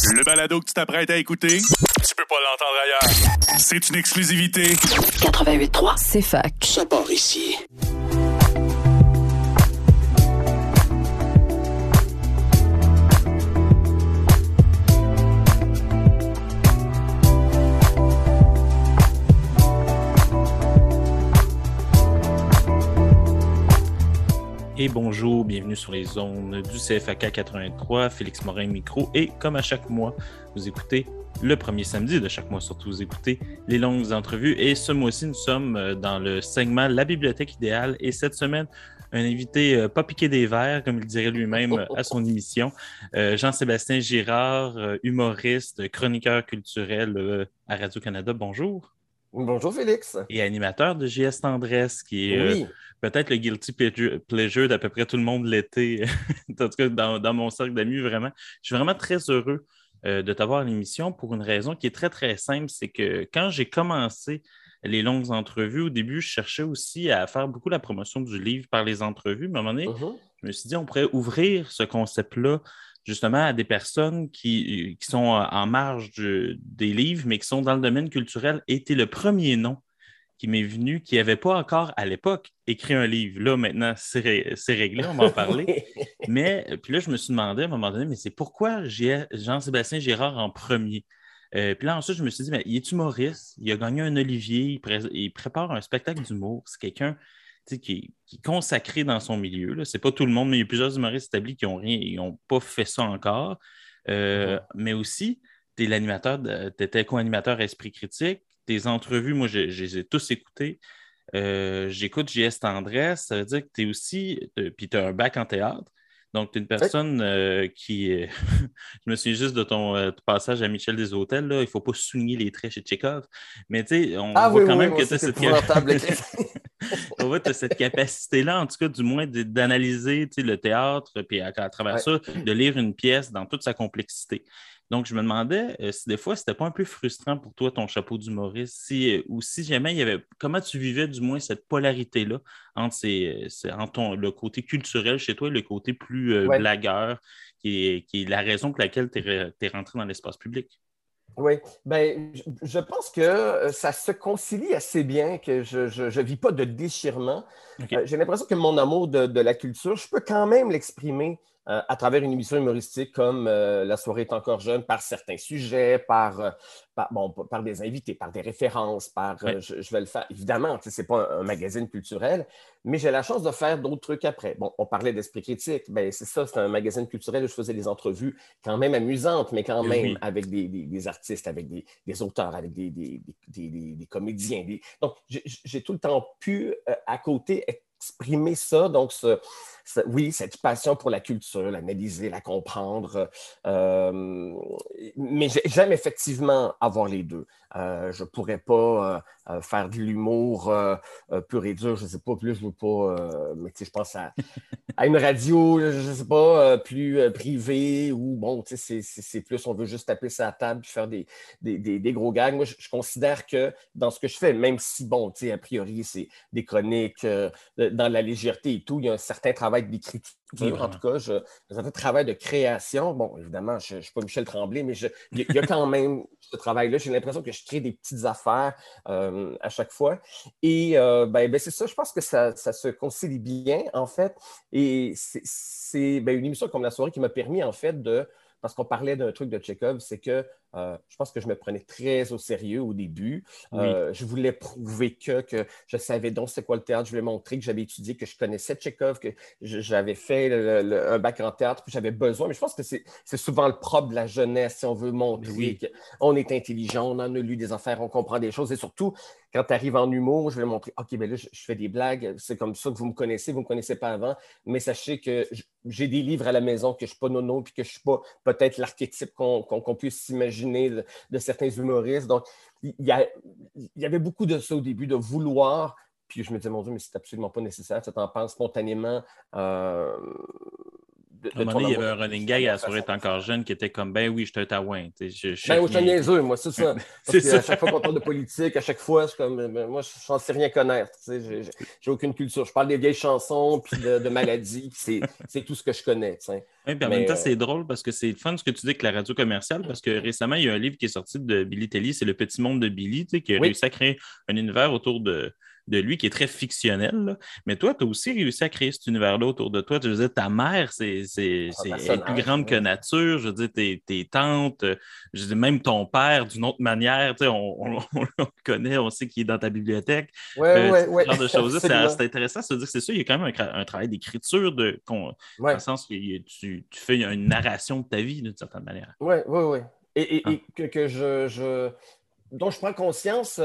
Le balado que tu t'apprêtes à écouter, tu peux pas l'entendre ailleurs. C'est une exclusivité. 88.3, c'est fac. Ça part ici. Et bonjour, bienvenue sur les ondes du CFAK 83, Félix Morin micro, et comme à chaque mois, vous écoutez le premier samedi de chaque mois, surtout vous écoutez les longues entrevues, et ce mois-ci, nous sommes dans le segment La Bibliothèque idéale, et cette semaine, un invité pas piqué des verres, comme il dirait lui-même à son émission, Jean-Sébastien Girard, humoriste, chroniqueur culturel à Radio-Canada, bonjour. Bonjour Félix. Et animateur de JS Tendresse, qui est peut-être le guilty pleasure d'à peu près tout le monde l'été, en tout cas dans mon cercle d'amis, vraiment. Je suis vraiment très heureux de t'avoir à l'émission pour une raison qui est très, très simple, c'est que quand j'ai commencé les longues entrevues, au début, je cherchais aussi à faire beaucoup la promotion du livre par les entrevues, mais à un moment donné, je me suis dit, on pourrait ouvrir ce concept-là justement à des personnes qui sont en marge des livres, mais qui sont dans le domaine culturel. Et tu es le premier nom qui m'est venu, qui n'avait pas encore, à l'époque, écrit un livre. Là, maintenant, c'est réglé, on va en parler. Mais, puis là, je me suis demandé à un moment donné, mais c'est pourquoi Jean-Sébastien Girard en premier? Puis là, ensuite, je me suis dit, mais il est humoriste, il a gagné un Olivier, il prépare un spectacle d'humour. C'est quelqu'un qui est consacré dans son milieu. Ce n'est pas tout le monde, mais il y a plusieurs humoristes établis qui n'ont pas fait ça encore. Mais aussi, tu es l'animateur, tu étais co-animateur Esprit Critique. Tes entrevues, moi, je les ai tous écoutées. J'écoute JS Tendresse. Ça veut dire que tu es aussi, puis tu as un bac en théâtre. Donc, tu es une personne qui... je me souviens juste de ton passage à Michel Deshôtels. Là. Il ne faut pas souligner les traits chez Tchekhov. Mais tu sais, on voit quand même que tu as cette... On voit que tu as cette capacité-là, en tout cas, du moins, d'analyser le théâtre, puis à travers ça, de lire une pièce dans toute sa complexité. Donc, je me demandais si des fois, c'était pas un peu frustrant pour toi, ton chapeau d'humoriste, ou si jamais il y avait... Comment tu vivais, du moins, cette polarité-là entre le côté culturel chez toi et le côté plus blagueur, qui est la raison pour laquelle tu es rentré dans l'espace public? Oui, bien, je pense que ça se concilie assez bien, que je vis pas de déchirement. Okay. J'ai l'impression que mon amour de la culture, je peux quand même l'exprimer à travers une émission humoristique comme La soirée est encore jeune, par certains sujets, par des invités, par des références, je vais le faire. Évidemment, ce n'est pas un magazine culturel, mais j'ai la chance de faire d'autres trucs après. Bon, on parlait d'Esprit Critique, ben c'est ça, c'est un magazine culturel où je faisais des entrevues quand même amusantes, mais quand même avec des artistes, avec des auteurs, avec des comédiens. Donc, j'ai tout le temps pu, à côté, exprimer ça. Donc, cette passion pour la culture, l'analyser, la comprendre. Mais j'aime effectivement avoir les deux. Je ne pourrais pas faire de l'humour pur et dur. Je ne sais pas, plus je ne veux pas... mais tu sais, je pense à une radio, je ne sais pas, plus privée ou bon, tu sais, c'est plus, on veut juste taper sur la table et faire des gros gags. Moi, je considère que dans ce que je fais, même si, bon, tu sais, a priori, c'est des chroniques dans la légèreté et tout, il y a un certain travail d'écriture, en tout cas, un certain travail de création. Bon, évidemment, je ne suis pas Michel Tremblay, mais il y a quand même ce travail-là. J'ai l'impression que je crée des petites affaires à chaque fois. Et c'est ça, je pense que ça se concilie bien, en fait. Et c'est une émission comme La soirée qui m'a permis, en fait, parce qu'on parlait d'un truc de Tchekhov, c'est que je pense que je me prenais très au sérieux au début. Je voulais prouver que je savais donc c'est quoi le théâtre. Je voulais montrer que j'avais étudié, que je connaissais Tchekhov, que j'avais fait un bac en théâtre, puis j'avais besoin. Mais je pense que c'est souvent le propre de la jeunesse, si on veut montrer qu'on est intelligent, on en a lu des affaires, on comprend des choses. Et surtout, quand tu arrives en humour, je vais montrer, OK, bien là, je fais des blagues, c'est comme ça que vous me connaissez pas avant, mais sachez que j'ai des livres à la maison, que je ne suis pas nono, puis que je ne suis pas peut-être l'archétype qu'on puisse s'imaginer de certains humoristes. Donc, il y avait beaucoup de ça au début, de vouloir, puis je me disais, mon Dieu, mais c'est absolument pas nécessaire, ça t'en pense spontanément À un moment donné, il y avait un running gag à la soirée encore jeune qui était comme ben oui, je suis un taouin. Oui, je suis un niaiseux, moi, c'est ça. Parce qu'à chaque fois qu'on parle de politique, à chaque fois, je suis comme moi, je n'en sais rien connaître. J'ai aucune culture. Je parle des vieilles chansons puis de maladies, c'est tout ce que je connais. Oui, puis en même temps, c'est drôle parce que c'est le fun ce que tu dis avec la radio commerciale, parce que récemment, il y a un livre qui est sorti de Billy Telly, c'est Le Petit Monde de Billy, qui a réussi à créer un univers autour de lui qui est très fictionnel. Là. Mais toi, tu as aussi réussi à créer cet univers-là autour de toi. Je veux dire, ta mère, elle est plus grande que nature. Je veux dire, tes tantes, je veux dire, même ton père, d'une autre manière, on le connaît, on sait qu'il est dans ta bibliothèque. Oui. Ce genre de choses-là, c'est intéressant de se dire que c'est ça, il y a quand même un travail d'écriture dans le sens que tu fais une narration de ta vie d'une certaine manière. Oui. Et dont je prends conscience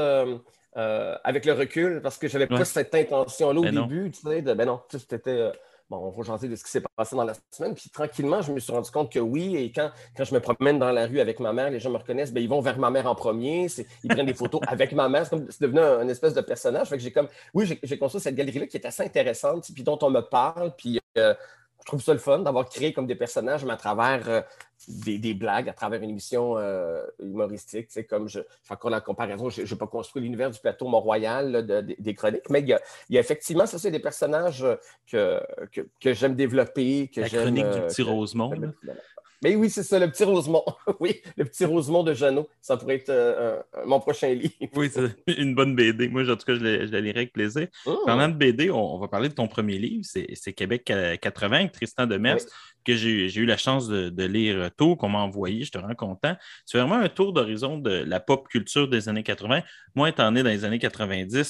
avec le recul, parce que je n'avais pas cette intention-là au début. C'était... on va jaser de ce qui s'est passé dans la semaine. Puis tranquillement, je me suis rendu compte que oui. Et quand je me promène dans la rue avec ma mère, les gens me reconnaissent, ils vont vers ma mère en premier. Ils prennent des photos avec ma mère. C'est devenu un espèce de personnage. Fait que j'ai construit cette galerie-là qui est assez intéressante, puis dont on me parle. Puis je trouve ça le fun d'avoir créé comme des personnages, mais à travers des blagues, à travers une émission humoristique. Comme je fais encore la comparaison, je n'ai pas construit l'univers du plateau Mont-Royal des chroniques, mais il y a effectivement, ça, c'est des personnages que j'aime développer. La chronique du petit Rosemont. Mais oui, c'est ça, le petit Rosemont. Oui, le petit Rosemont de Jeannot. Ça pourrait être mon prochain livre. Oui, c'est une bonne BD. Moi, en tout cas, je la lirai avec plaisir. Parlant de BD, on va parler de ton premier livre. C'est Québec 80 avec Tristan Demers, que j'ai eu la chance de lire tôt, qu'on m'a envoyé. Je te rends content. C'est vraiment un tour d'horizon de la pop culture des années 80. Moi, étant né dans les années 90,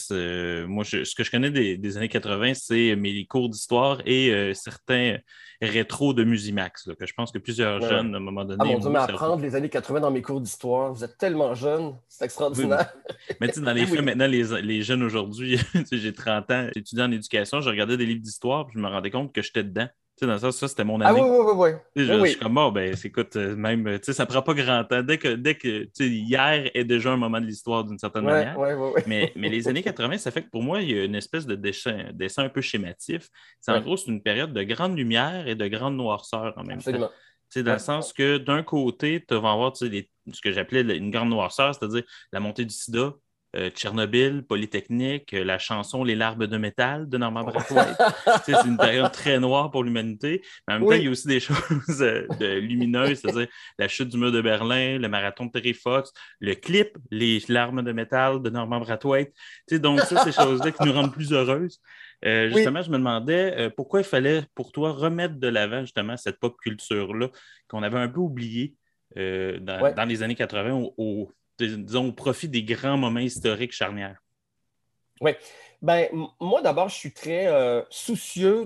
ce que je connais des années 80, c'est mes cours d'histoire et certains rétros de Musimax, que je pense que plusieurs jeunes, à un moment donné... Ah mon Dieu, mais apprendre les années 80 dans mes cours d'histoire, vous êtes tellement jeunes, c'est extraordinaire. Oui. Mais tu sais, dans les faits, maintenant, les jeunes aujourd'hui, j'ai 30 ans, j'étudiais en éducation, je regardais des livres d'histoire, puis je me rendais compte que j'étais dedans. Tu sais, dans ça, c'était mon année. Ah oui. Je suis comme, écoute, même, tu sais, ça prend pas grand temps. Dès que tu sais, hier est déjà un moment de l'histoire d'une certaine manière. Mais les années 80, ça fait que pour moi, il y a une espèce de dessin un peu schématif. C'est en gros, c'est une période de grande lumière et de grande noirceur en même temps. Tu sais, dans le sens que d'un côté, tu vas avoir ce que j'appelais une grande noirceur, c'est-à-dire la montée du sida, Tchernobyl, Polytechnique, la chanson Les Larmes de métal de Normand Brathwaite. C'est une période très noire pour l'humanité. Mais en même temps, il y a aussi des choses lumineuses, c'est-à-dire la chute du mur de Berlin, le marathon de Terry Fox, le clip Les Larmes de métal de Normand Brathwaite. Donc ça, ces choses-là qui nous rendent plus heureuses. Justement, je me demandais pourquoi il fallait pour toi remettre de l'avant justement cette pop culture-là qu'on avait un peu oubliée dans les années 80 disons, au profit des grands moments historiques charnières. Oui. Moi, d'abord, je suis très soucieux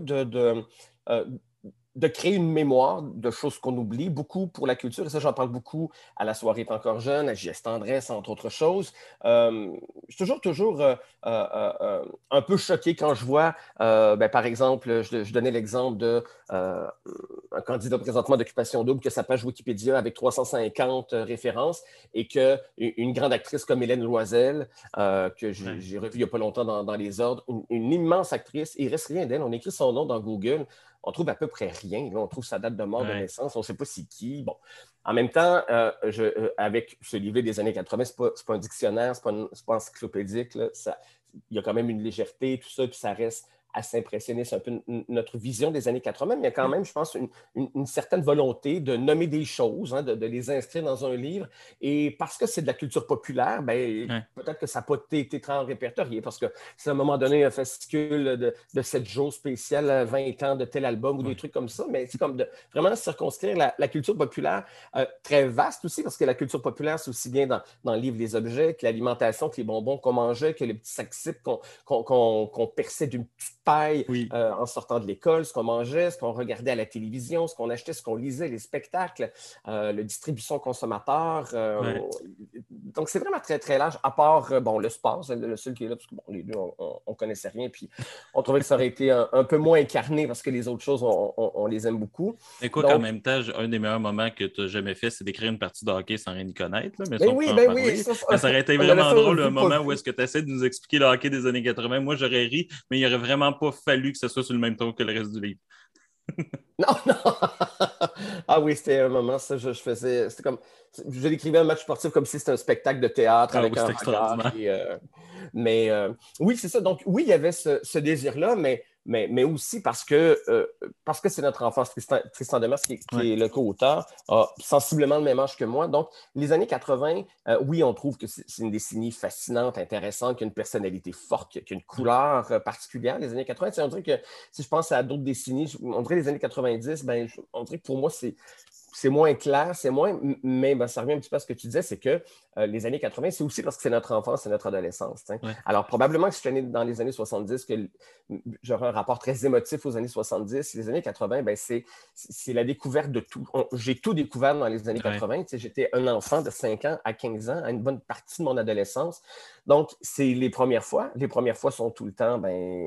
de créer une mémoire de choses qu'on oublie, beaucoup pour la culture. Et ça, j'en parle beaucoup à La Soirée est encore jeune, à J.S. Tendresse, entre autres choses. Je suis toujours un peu choqué quand je vois, par exemple, je donnais l'exemple d'un candidat présentement d'Occupation Double que sa page Wikipédia avec 350 références et qu'une grande actrice comme Hélène Loisel, que j'ai revue il n'y a pas longtemps dans Les Ordres, une immense actrice, il ne reste rien d'elle. On écrit son nom dans Google. On trouve à peu près rien. Là, on trouve sa date de mort, de naissance. On ne sait pas c'est qui. Bon. En même temps, avec ce livret des années 80, ce n'est pas un dictionnaire, ce n'est pas encyclopédique. Là. Il y a quand même une légèreté, tout ça, puis ça reste assez impressionniste, un peu notre vision des années 80, mais il y a quand même, je pense, une certaine volonté de nommer des choses, de les inscrire dans un livre. Et parce que c'est de la culture populaire, peut-être que ça n'a pas été très répertorié, parce que c'est à un moment donné un fascicule de 7 jours spécial, 20 ans de tel album ou des trucs comme ça, mais c'est comme de vraiment circonscrire la culture populaire très vaste aussi, parce que la culture populaire, c'est aussi bien dans le livre Les Objets, que l'alimentation, que les bonbons qu'on mangeait, que les petits sacs cips qu'on perçait d'une petite paille en sortant de l'école, ce qu'on mangeait, ce qu'on regardait à la télévision, ce qu'on achetait, ce qu'on lisait, les spectacles, la distribution consommateur. Donc, c'est vraiment très, très large, à part le sport, c'est le seul qui est là, parce que les deux, on ne connaissait rien, puis on trouvait que ça aurait été un peu moins incarné, parce que les autres choses, on les aime beaucoup. Et quoi qu'en même temps, un des meilleurs moments que tu as jamais fait, c'est d'écrire une partie de hockey sans rien y connaître. Là, mais ça aurait été vraiment drôle, un moment où est-ce que tu essaies de nous expliquer le hockey des années 80. Moi, j'aurais ri, mais il n'aurait vraiment pas fallu que ce soit sur le même ton que le reste du livre. Non, non! Ah oui, c'était un moment, ça, je faisais. C'était comme. Je décrivais un match sportif comme si c'était un spectacle de théâtre avec oui, un c'est regard. extraordinaire. Mais oui, c'est ça. Donc, oui, il y avait ce désir-là, mais aussi parce que c'est notre enfance. Tristan Demers, qui est le co-auteur, a sensiblement le même âge que moi. Donc, les années 80, oui, on trouve que c'est une décennie fascinante, intéressante, qui a une personnalité forte, qui a une couleur particulière. Les années 80, on dirait que si je pense à d'autres décennies, on dirait les années 90, ben, on dirait que pour moi, c'est moins clair, mais ben, ça revient un petit peu à ce que tu disais, c'est que les années 80, c'est aussi parce que c'est notre enfance, c'est notre adolescence. Ouais. Alors, probablement que si je suis né dans les années 70, que j'aurais un rapport très émotif aux années 70. Les années 80, ben, c'est la découverte de tout. J'ai tout découvert dans les années 80. J'étais un enfant de 5 ans à 15 ans, à une bonne partie de mon adolescence. Donc, c'est les premières fois. Les premières fois sont tout le temps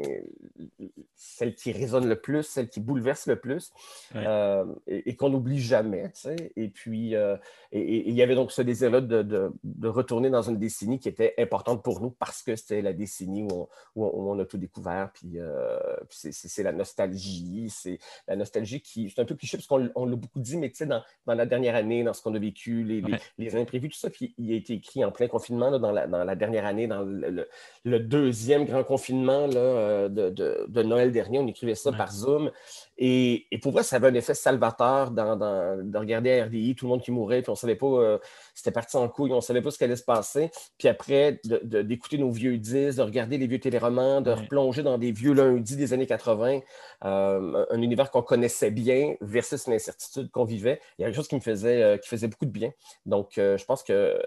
celles qui résonnent le plus, celles qui bouleversent le plus et qu'on n'oublie jamais. Et puis, il y avait donc ce désir-là de retourner dans une décennie qui était importante pour nous parce que c'était la décennie où on a tout découvert. Puis, c'est la nostalgie. C'est la nostalgie qui, c'est un peu cliché parce qu'on l'a beaucoup dit, mais tu sais, dans la dernière année, dans ce qu'on a vécu, les imprévus, tout ça, puis il a été écrit en plein confinement là, dans la dernière année, dans le deuxième grand confinement là, de Noël dernier. On écrivait ça par Zoom. Et pour vrai, ça avait un effet salvateur de regarder à RDI, tout le monde qui mourait, puis on ne savait pas, c'était parti en couille, on ne savait pas ce qui allait se passer. Puis après, d'écouter nos vieux disques, de regarder les vieux téléromans, de replonger dans des vieux lundis des années 80, un univers qu'on connaissait bien versus l'incertitude qu'on vivait. Il y a quelque chose qui faisait beaucoup de bien. Donc, je pense que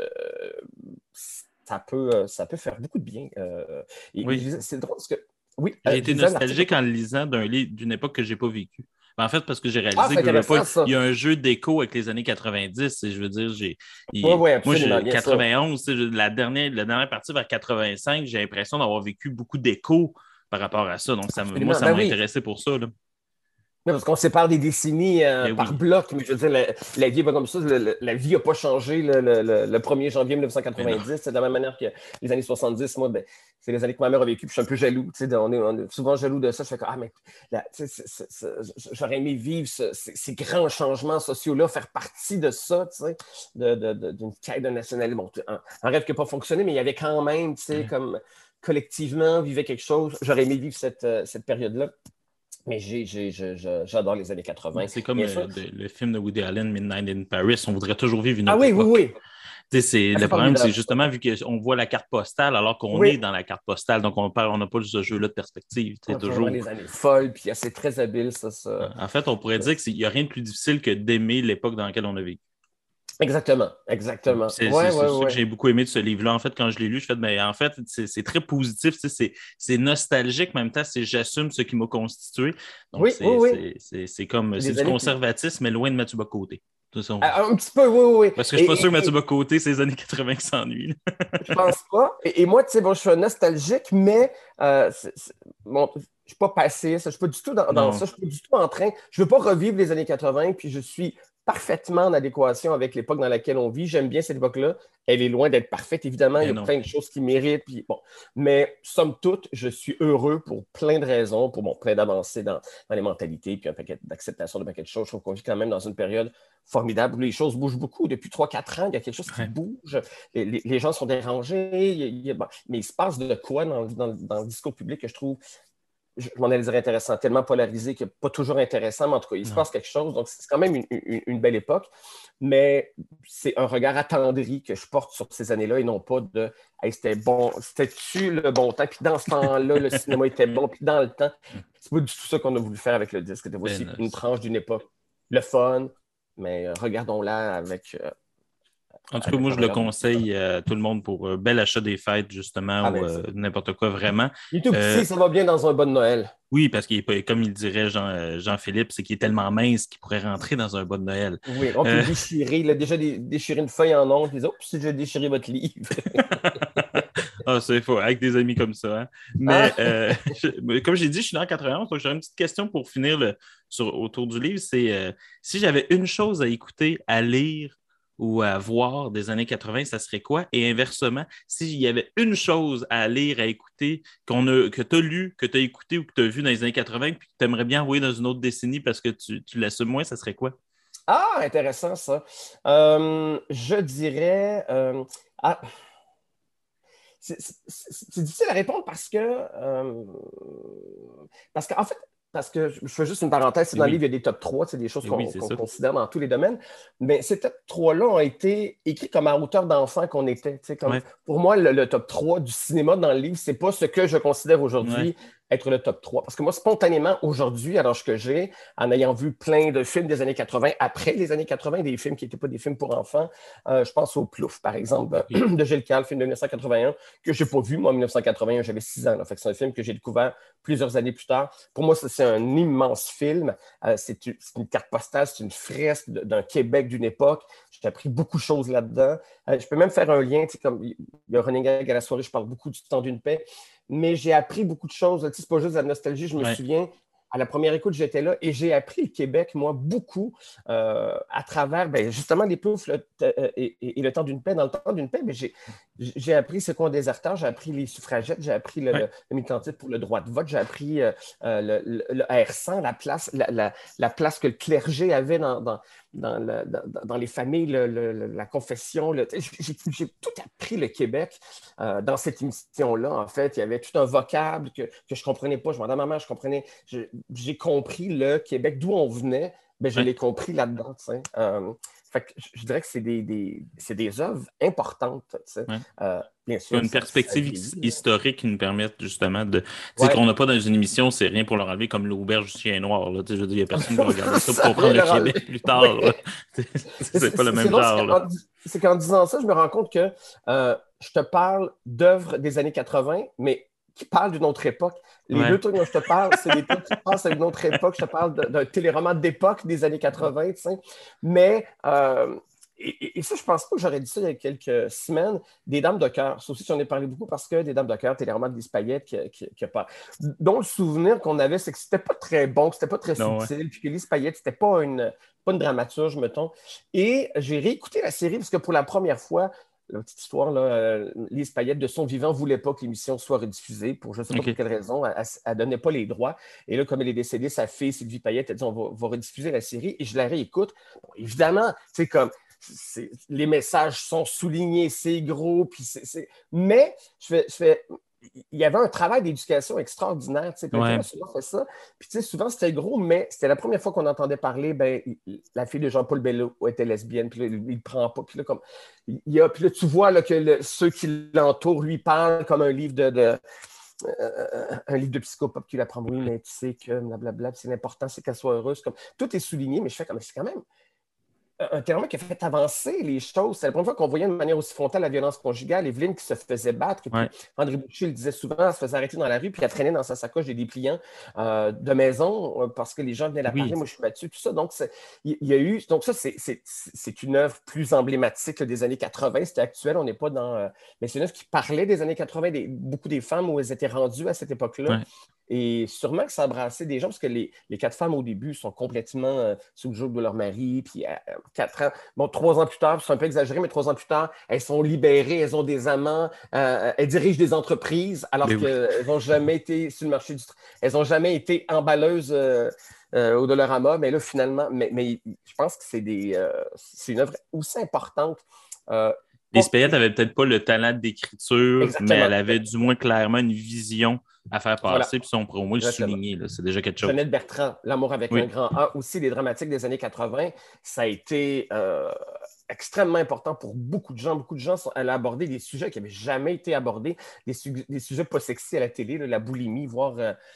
ça peut faire beaucoup de bien. C'est drôle parce que oui, j'ai été nostalgique en lisant d'un livre d'une époque que je n'ai pas vécue. En fait, parce que j'ai réalisé qu'il y a un jeu d'écho avec les années 90. Et je veux dire, moi, 91, la dernière partie vers 85, j'ai l'impression d'avoir vécu beaucoup d'échos par rapport à ça. Donc, moi, ça m'a intéressé pour ça. Là. Oui, parce qu'on sépare des décennies par bloc, mais je veux dire, la vie n'est pas comme ça. La vie n'a pas changé le 1er janvier 1990. C'est de la même manière que les années 70. Moi, c'est les années que ma mère a vécues, puis je suis un peu jaloux. On est souvent jaloux de ça. Je fais comme, j'aurais aimé vivre ces grands changements sociaux-là, faire partie de ça, d'une quête de nationalité. Bon, un rêve qui n'a pas fonctionné, mais il y avait quand même, comme collectivement, vivait quelque chose. J'aurais aimé vivre cette période-là. Mais j'adore les années 80. C'est comme le film de Woody Allen, Midnight in Paris. On voudrait toujours vivre une autre époque. Oui. Le problème, c'est justement vu qu'on voit la carte postale alors qu'on est dans la carte postale. Donc, on n'a pas ce jeu-là de perspective. Toujours les années folles, puis c'est très habile, ça. En fait, on pourrait dire qu'il n'y a rien de plus difficile que d'aimer l'époque dans laquelle on a vécu. Exactement. C'est ça que j'ai beaucoup aimé de ce livre-là. En fait, quand je l'ai lu, je fais, en fait, c'est très positif, c'est nostalgique, en même temps, j'assume ce qui m'a constitué. Donc, c'est comme, c'est du conservatisme, mais loin de Mathieu Bock-Côté. Un petit peu, oui. Parce que je ne suis pas sûr que Mathieu Bock-Côté, c'est les années 80 qui s'ennuient. Je pense pas. Et moi, tu sais, je suis nostalgique, mais je ne suis pas passé, je ne suis pas du tout dans ça, je ne suis pas du tout en train, je ne veux pas revivre les années 80, puis je suis parfaitement en adéquation avec l'époque dans laquelle on vit. J'aime bien cette époque-là. Elle est loin d'être parfaite, évidemment. Il y a plein de choses qui méritent. Puis, mais somme toute, je suis heureux pour plein de raisons, pour plein d'avancées dans les mentalités, puis un paquet d'acceptation de paquet de choses. Je trouve qu'on vit quand même dans une période formidable où les choses bougent beaucoup. Depuis 3-4 ans, il y a quelque chose qui bouge. Les gens sont dérangés. Mais il se passe de quoi dans le discours public que je trouve... Je m'en allais dire intéressant, tellement polarisé que pas toujours intéressant, mais en tout cas, il se passe quelque chose. Donc, c'est quand même une belle époque, mais c'est un regard attendri que je porte sur ces années-là et non pas de hey, c'était bon, c'était-tu le bon temps, puis dans ce temps-là, le cinéma était bon, puis dans le temps. C'est pas du tout ça qu'on a voulu faire avec le disque. C'était aussi une tranche d'une époque. Le fun, mais regardons-la avec... En tout cas, moi, je le conseille à tout le monde pour bel achat des fêtes, justement, ou n'importe quoi, vraiment. Il est tout petit, ça va bien dans un bon Noël. Oui, parce qu'il est, comme il dirait Jean-Philippe, c'est qu'il est tellement mince qu'il pourrait rentrer dans un bon Noël. Oui, on peut déchirer. Il a déjà déchiré une feuille en ongle. Il dit, oups, j'ai déchiré votre livre. C'est faux, avec des amis comme ça. Hein. Mais comme j'ai dit, je suis né en 91, donc j'aurais une petite question pour finir autour du livre. C'est si j'avais une chose à écouter, à lire, ou à voir des années 80, ça serait quoi? Et inversement, s'il y avait une chose à lire, à écouter, que tu as lu, que tu as écouté ou que tu as vu dans les années 80, puis que tu aimerais bien envoyer dans une autre décennie parce que tu l'assumes moins, ça serait quoi? Ah, intéressant ça. Je dirais... ah, c'est difficile à répondre parce qu'en fait, parce que je fais juste une parenthèse, c'est dans le livre, il y a des top 3, c'est des choses qu'on considère dans tous les domaines. Mais ces top 3-là ont été écrits comme à hauteur d'enfant qu'on était. Pour moi, le top 3 du cinéma dans le livre, c'est pas ce que je considère aujourd'hui être le top 3. Parce que moi, spontanément, aujourd'hui, à l'âge que j'ai, en ayant vu plein de films des années 80, après les années 80, des films qui n'étaient pas des films pour enfants, je pense au Plouf, par exemple, de Gilles Cale, film de 1981, que je n'ai pas vu, moi, en 1981, j'avais 6 ans. Là, fait que c'est un film que j'ai découvert plusieurs années plus tard. Pour moi, c'est un immense film. C'est une carte postale, c'est une fresque d'un Québec d'une époque. J'ai appris beaucoup de choses là-dedans. Je peux même faire un lien, comme il y a René Gag à la soirée, je parle beaucoup du temps d'une paix. Mais j'ai appris beaucoup de choses. C'est pas juste de la nostalgie. Je me souviens, à la première écoute, j'étais là et j'ai appris le Québec, moi, beaucoup à travers justement les Ploufs et le temps d'une paix. Dans le temps d'une paix, j'ai appris ce qu'ont un déserteur, j'ai appris les suffragettes, j'ai appris le militantisme pour le droit de vote, j'ai appris le R100, la place que le clergé avait dans les familles, la confession. J'ai tout appris le Québec dans cette émission-là. En fait, il y avait tout un vocable que je ne comprenais pas. Je demandais à ma mère, j'ai compris le Québec, d'où on venait. Je l'ai compris là-dedans. Fait que je dirais que c'est des œuvres importantes. Bien sûr, une perspective historique qui nous permette justement de... qu'on n'a pas dans une émission, c'est rien pour leur enlever comme l'auberge du chien noir. Là. Je veux dire, il n'y a personne qui va regarder ça pour comprendre le Québec plus tard. C'est pas le même genre. C'est qu'en disant ça, je me rends compte que je te parle d'œuvres des années 80, mais qui parlent d'une autre époque. Les deux trucs dont je te parle, c'est des trucs qui passent à une autre époque. Je te parle d'un téléroman d'époque des années 80, tu sais. Mais, et ça, je pense pas que j'aurais dit ça il y a quelques semaines, Des Dames de cœur. Ça aussi, j'en ai parlé beaucoup parce que Des Dames de cœur, téléroman de Lise Payette, qui a pas... dont le souvenir qu'on avait, c'est que c'était pas très bon, que c'était pas très subtil, puis que Lise Payette, c'était pas une dramaturge, mettons. Et j'ai réécouté la série parce que pour la première fois, la petite histoire, là, Lise Payette, de son vivant, ne voulait pas que l'émission soit rediffusée pour je ne sais pas pour quelle raison. Elle ne donnait pas les droits. Et là, comme elle est décédée, sa fille, Sylvie Payette, a dit on va rediffuser la série. Et je la réécoute. Bon, évidemment, c'est comme les messages sont soulignés, c'est gros. Mais je fais il y avait un travail d'éducation extraordinaire. On a souvent fait ça. Puis souvent, c'était gros, mais c'était la première fois qu'on entendait parler, la fille de Jean-Paul Bello était lesbienne, puis là, il ne prend pas. Puis là, puis là, tu vois là, que ceux qui l'entourent lui parlent comme un livre un livre de psychopop qui l'apprend. Oui, mais tu sais que blablabla, c'est l'important, c'est qu'elle soit heureuse. Tout est souligné, mais je fais comme c'est quand même un terme qui a fait avancer les choses. C'est la première fois qu'on voyait de manière aussi frontale la violence conjugale. Evelyne qui se faisait battre. André Boucher le disait souvent, elle se faisait arrêter dans la rue, puis elle traînait dans sa sacoche des dépliants de maison parce que les gens venaient la parler. Moi, je suis battue, tout ça. Donc, il y a eu... Donc, ça, c'est une œuvre plus emblématique là, des années 80. C'était actuel, on n'est pas dans... Mais c'est une œuvre qui parlait des années 80, beaucoup des femmes où elles étaient rendues à cette époque-là. Et sûrement que ça a brassé des gens, parce que les 4 femmes au début sont complètement sous le joug de leur mari, puis 4 ans, 3 ans plus tard, c'est un peu exagéré, mais 3 ans plus tard, elles sont libérées, elles ont des amants, elles dirigent des entreprises, alors qu'elles n'ont jamais été sur le marché du travail, elles n'ont jamais été emballeuses au Dollarama, mais là, finalement, mais je pense que c'est une œuvre aussi importante. Lise Payette n'avait peut-être pas le talent d'écriture, mais elle avait du moins clairement une vision à faire passer, puis on pourrait au moins le souligner. Là, c'est déjà quelque chose. Jeannette Bertrand, L'amour avec un grand A, aussi les dramatiques des années 80, ça a été extrêmement important pour beaucoup de gens. Beaucoup de gens elle a abordé des sujets qui n'avaient jamais été abordés, des sujets pas sexy à la télé, là, la boulimie, voir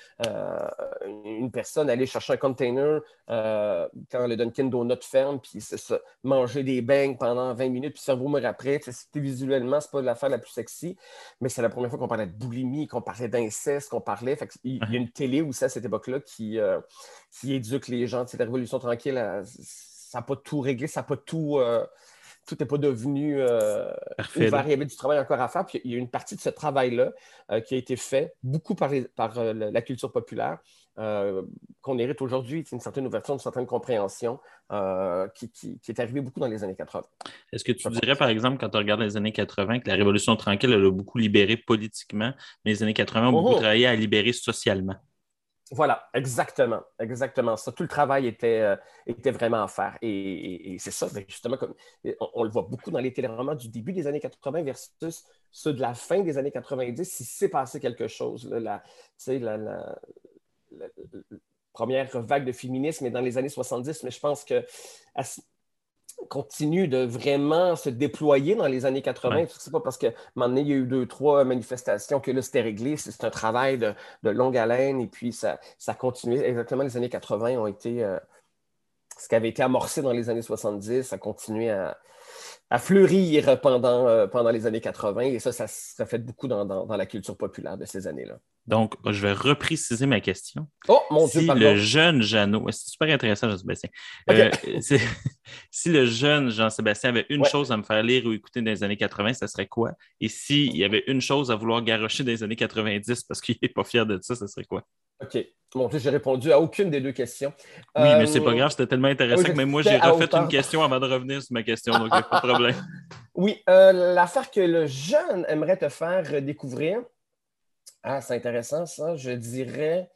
une personne aller chercher un container quand le Dunkin' Donut ferme, puis manger des beignes pendant 20 minutes, puis se vomir après. Visuellement, c'est pas l'affaire la plus sexy, mais c'est la première fois qu'on parlait de boulimie, qu'on parlait d'inceste, qu'on parlait... il y a une télé aussi à cette époque-là qui éduque les gens. La Révolution tranquille, ça n'a pas tout réglé, ça n'a pas tout... tout n'est pas devenu ouvert. Il y avait du travail encore à faire. Puis il y a une partie de ce travail-là qui a été fait beaucoup par la culture populaire. qu'on hérite aujourd'hui. C'est une certaine ouverture, une certaine compréhension qui est arrivée beaucoup dans les années 80. Est-ce que tu dirais, par exemple, quand tu regardes les années 80, que la Révolution tranquille, elle a beaucoup libéré politiquement, mais les années 80 ont beaucoup travaillé à libérer socialement? Voilà, exactement, exactement ça. Tout le travail était vraiment à faire. Et c'est ça, justement, comme on le voit beaucoup dans les téléromans du début des années 80 versus ceux de la fin des années 90, il s'est passé quelque chose. Là, la première vague de féminisme est dans les années 70, mais je pense que continue de vraiment se déployer dans les années 80. Ouais. C'est pas parce qu'à un moment donné, il y a eu 2-3 manifestations que là, c'était réglé. C'est un travail de longue haleine et puis ça continue. Exactement, les années 80 ont été... ce qui avait été amorcé dans les années 70, ça a continué à fleurir pendant les années 80 et ça fait beaucoup dans la culture populaire de ces années-là. Donc, je vais repréciser ma question. Oh, mon Dieu, pardon. Le jeune Jeannot, c'est super intéressant, Jean-Sébastien. Okay. Si le jeune Jean-Sébastien avait une chose à me faire lire ou écouter dans les années 80, ça serait quoi? Et s'il y avait une chose à vouloir garrocher dans les années 90 parce qu'il n'est pas fier de ça serait quoi? OK. Bon, j'ai répondu à aucune des deux questions. Oui, mais c'est pas grave, c'était tellement intéressant que même moi, j'ai refait une question avant de revenir sur ma question, donc il n'y a pas de problème. Oui, l'affaire que le jeune aimerait te faire découvrir, c'est intéressant, ça. Je dirais...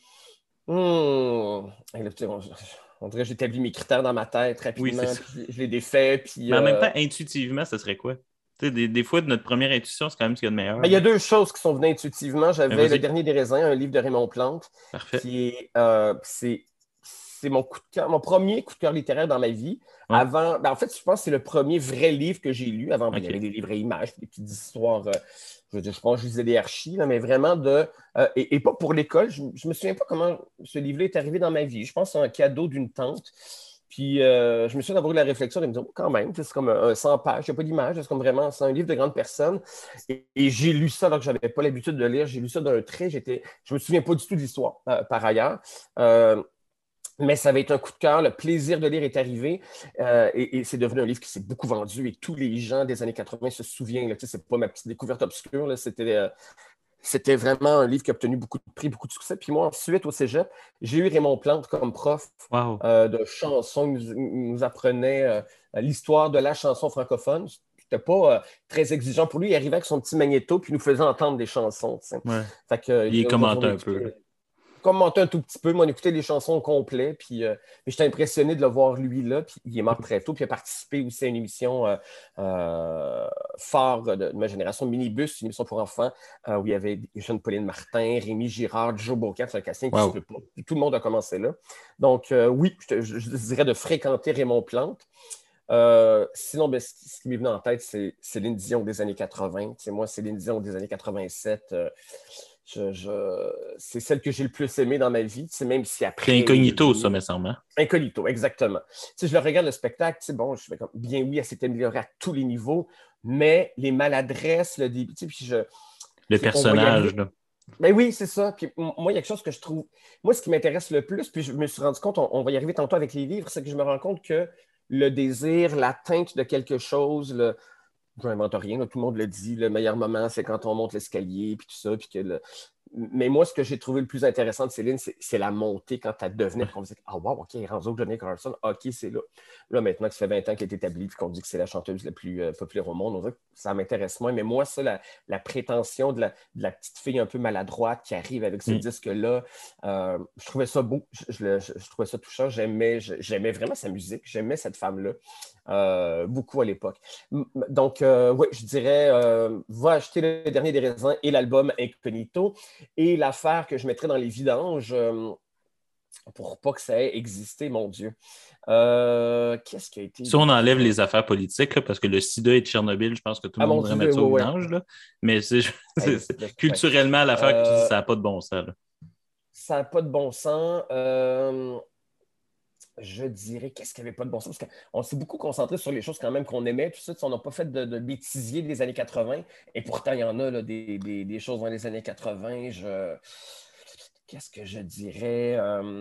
On dirait que j'établis mes critères dans ma tête rapidement, oui, puis je les défais. Puis, mais en même temps, intuitivement, ça serait quoi? Des fois, notre première intuition, c'est quand même ce qu'il y a de meilleur. Il y a deux choses qui sont venues intuitivement. J'avais Le Dernier des raisins, un livre de Raymond Plante. Parfait. Qui est... C'est mon coup de cœur, mon premier coup de cœur littéraire dans ma vie. Ouais. Avant, en fait, je pense que c'est le premier vrai livre que j'ai lu. Avant, il y avait des livres à images, des petites histoires. Je pense que je lisais des archis, là, mais vraiment et pas pour l'école. Je me souviens pas comment ce livre-là est arrivé dans ma vie. Je pense que c'est un cadeau d'une tante. Puis, je me suis d'avoir eu la réflexion de me dire, quand même, c'est comme un 100 pages, il n'y a pas d'image, c'est comme vraiment, c'est un livre de grande personne. Et j'ai lu ça alors que je n'avais pas l'habitude de lire. J'ai lu ça d'un trait. Je ne me souviens pas du tout de l'histoire, par ailleurs. Mais ça avait été un coup de cœur. Le plaisir de lire est arrivé et c'est devenu un livre qui s'est beaucoup vendu et tous les gens des années 80 se souviennent. Ce n'est pas ma petite découverte obscure. Là, c'était vraiment un livre qui a obtenu beaucoup de prix, beaucoup de succès. Puis moi, ensuite, au cégep, j'ai eu Raymond Plante comme prof de chanson. Il nous apprenait l'histoire de la chanson francophone. C'était pas très exigeant pour lui. Il arrivait avec son petit magnéto puis il nous faisait entendre des chansons. Ouais. Fait que, il commentait un peu. Commenté un tout petit peu, mais on écoutait les chansons au complet, puis j'étais impressionné de le voir lui là, puis il est mort très tôt, puis il a participé aussi à une émission phare de ma génération, Minibus, une émission pour enfants, où il y avait Jeanne-Pauline Martin, Rémi Girard, Joe Bocan, c'est un casting qui se peut pas. Tout le monde a commencé là. Donc oui, je dirais de fréquenter Raymond Plante. Sinon, ce qui m'est venu en tête, c'est Céline Dion des années 80. C'est moi, Céline Dion des années 87. C'est celle que j'ai le plus aimée dans ma vie. Même si après. C'est Incognito, ça, me semble. Incognito, exactement. Je le regarde le spectacle, bon, je fais comme bien oui, elle s'est améliorée à tous les niveaux, mais les maladresses, le début, puis le personnage, là. Ben oui, c'est ça. Puis moi, il y a quelque chose que je trouve. Moi, ce qui m'intéresse le plus, puis je me suis rendu compte, on va y arriver tantôt avec les livres, c'est que je me rends compte que le désir, l'atteinte de quelque chose, je n'invente rien, là, tout le monde le dit, le meilleur moment, c'est quand on monte l'escalier, puis tout ça, puis que mais moi, ce que j'ai trouvé le plus intéressant de Céline, c'est la montée quand elle devenait, puis on disait, wow, OK, Ranzo Johnny Carson, OK, c'est là. Là, maintenant que ça fait 20 ans qu'elle est établie, puis qu'on dit que c'est la chanteuse la plus populaire au monde, on dirait que ça m'intéresse moins. Mais moi, ça, la prétention de la petite fille un peu maladroite qui arrive avec ce disque-là, je trouvais ça beau, je trouvais ça touchant, j'aimais vraiment sa musique, j'aimais cette femme-là. Beaucoup à l'époque. Donc, oui, je dirais, va acheter Le Dernier des raisins et l'album Incognito. Et l'affaire que je mettrais dans les vidanges, pour pas que ça ait existé, mon Dieu. Qu'est-ce qui a été... Si on enlève les affaires politiques, là, parce que le sida et Tchernobyl, je pense que tout le monde devrait mettre ça au vidange. Là. Mais culturellement, l'affaire que tu dis, ça n'a pas de bon sens. Là. Ça n'a pas de bon sens. Je dirais, qu'est-ce qui n'avait pas de bon sens? Parce qu'on s'est beaucoup concentré sur les choses quand même qu'on aimait. Tout ça, on n'a pas fait de bêtisier des années 80. Et pourtant, il y en a là, des choses dans les années 80. Qu'est-ce que je dirais?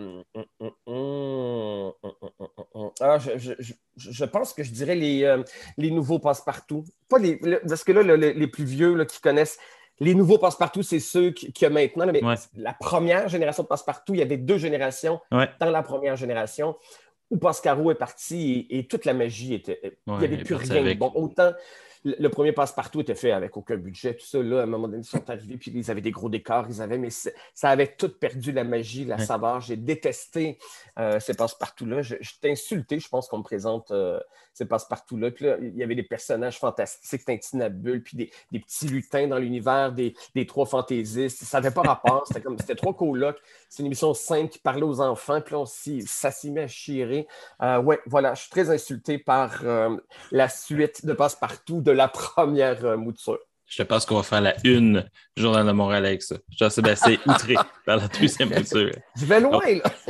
Je pense que je dirais les nouveaux passe-partout. Pas parce que là, les plus vieux là, qui connaissent Les nouveaux passe-partout, c'est ceux qu'il y a maintenant. Mais Ouais. la première génération de passe-partout, il y avait 2 générations dans la première génération où Pascaro est parti et toute la magie était. Il n'y avait plus rien de bon. Autant le premier passe-partout était fait avec aucun budget, tout ça. Là, à un moment donné, ils sont arrivés, puis ils avaient des gros décors, mais ça avait tout perdu la magie, la saveur. J'ai détesté ces passe-partout-là. Je t'ai insulté, je pense, qu'on me présente ces passe-partout-là. Puis là, il y avait des personnages fantastiques, Tintinabule, puis des petits lutins dans l'univers des 3 fantaisistes. Ça n'avait pas rapport. C'était 3 colocs. C'est une émission simple qui parlait aux enfants, puis là, ça s'y met à chirer. Voilà, je suis très insulté par la suite de passe-partout de la première mouture. Je pense qu'on va faire la une du Journal de Montréal avec ça. Jean-Sébastien outré par la 2e mouture. Je vais loin,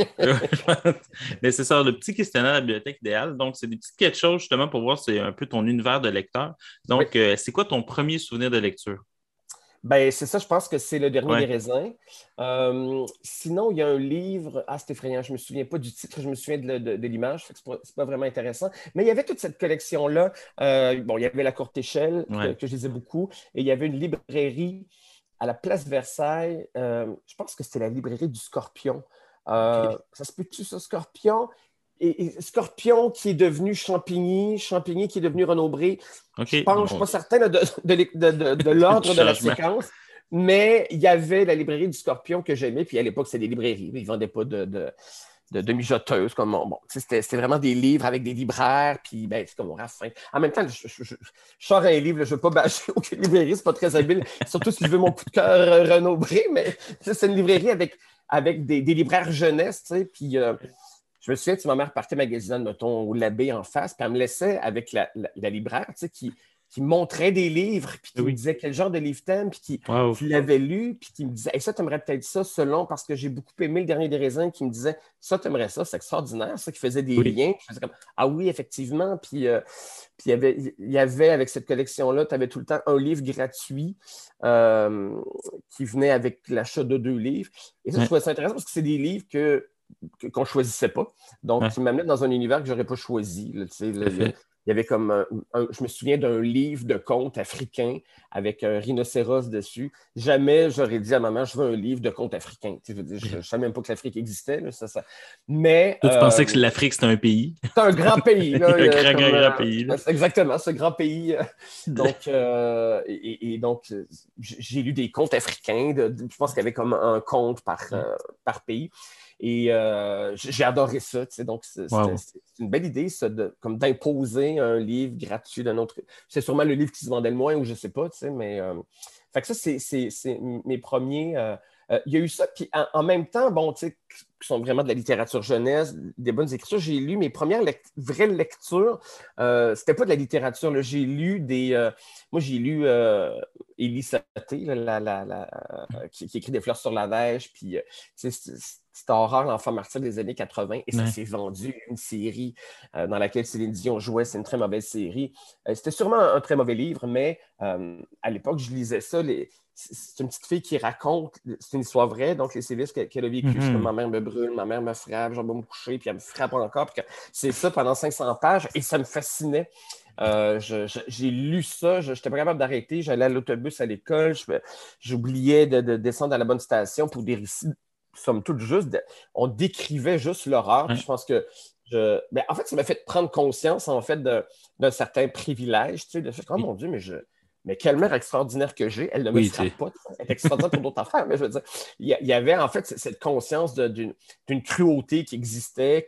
là! Mais c'est ça, le petit questionnaire de la bibliothèque idéale. Donc, c'est des petites quelque chose justement pour voir c'est un peu ton univers de lecteur. Donc, c'est quoi ton premier souvenir de lecture? Ben, c'est ça, je pense que c'est Le Dernier des raisins. Sinon, il y a un livre, c'est effrayant, je ne me souviens pas du titre, je me souviens de l'image, c'est pas vraiment intéressant. Mais il y avait toute cette collection-là. Il y avait La Courte Échelle, que je lisais beaucoup, et il y avait une librairie à la place Versailles, je pense que c'était la librairie du Scorpion. Ça se peut-tu, ça, Scorpion? Et Scorpion qui est devenu Champigny qui est devenu Renaud-Bré. Je ne suis pas certain de l'ordre de la séquence, mais il y avait la librairie du Scorpion que j'aimais, puis à l'époque, c'était des librairies. Ils ne vendaient pas de mijoteuses. C'était vraiment des livres avec des libraires, puis c'est comme on raffin. En même temps, je sors un livre, je ne veux pas bâcher aucune librairie, c'est pas très habile, surtout si je veux mon coup de cœur Renaud-Bré, mais c'est une librairie avec des libraires jeunesse, tu sais, puis... je me souviens, ma mère partait magasiner, mettons, au Labbé en face, puis elle me laissait avec la libraire, tu sais, qui montrait des livres, puis qui me disait quel genre de livre t'aimes, puis qui l'avait lu, puis qui me disait ça, t'aimerais peut-être ça, selon, parce que j'ai beaucoup aimé Le Dernier des raisins, qui me disait ça, t'aimerais ça, c'est extraordinaire, ça, qui faisait des liens, puis je faisais comme oui, effectivement, puis il y avait, avec cette collection-là, tu avais tout le temps un livre gratuit qui venait avec l'achat de 2 livres. Et ça, je trouvais ça intéressant parce que c'est des livres qu'on ne choisissait pas. Donc, qui m'amenait dans un univers que je n'aurais pas choisi. Il y avait comme je me souviens d'un livre de contes africains avec un rhinocéros dessus. Jamais j'aurais dit à ma mère, je veux un livre de contes africains. Je ne savais même pas que l'Afrique existait. Là, Mais, toi, tu pensais que l'Afrique, c'était un pays? C'est un grand pays. Là, un grand pays. Là. Exactement, ce grand pays. Donc, donc, j'ai lu des contes africains. Je pense qu'il y avait comme un conte par pays. Et j'ai adoré ça. Donc, c'est une belle idée, ça, comme d'imposer un livre gratuit d'un autre. C'est sûrement le livre qui se vendait le moins ou je ne sais pas, mais fait que ça, c'est mes premiers. Il y a eu ça, puis en même temps, qui sont vraiment de la littérature jeunesse, des bonnes écritures. J'ai lu mes premières vraies lectures. C'était pas de la littérature. Là. J'ai lu moi, j'ai lu Élie Sauté, qui écrit Des fleurs sur la neige, puis c'était Aurore, l'enfant martyr des années 80, et ça s'est vendu une série dans laquelle Céline Dion jouait. C'est une très mauvaise série. C'était sûrement un très mauvais livre, mais à l'époque, je lisais ça. C'est une petite fille qui raconte, c'est une histoire vraie, donc les sévices qu'elle a vécu. Ma mère me brûle, ma mère me frappe, j'en vais me coucher, puis elle me frappe encore. C'est ça pendant 500 pages, et ça me fascinait. J'ai lu ça, je n'étais pas capable d'arrêter. J'allais à l'autobus à l'école, j'oubliais de descendre à la bonne station pour des récits, somme toute juste. On décrivait juste l'horreur. Je pense que en fait, ça m'a fait prendre conscience en fait d'un certain privilège, de fait, oh mon Dieu, mais quelle mère extraordinaire que j'ai. Elle ne me frappe pas. Elle est extraordinaire pour d'autres affaires. Mais je veux dire, il y avait en fait cette conscience d'une cruauté qui existait,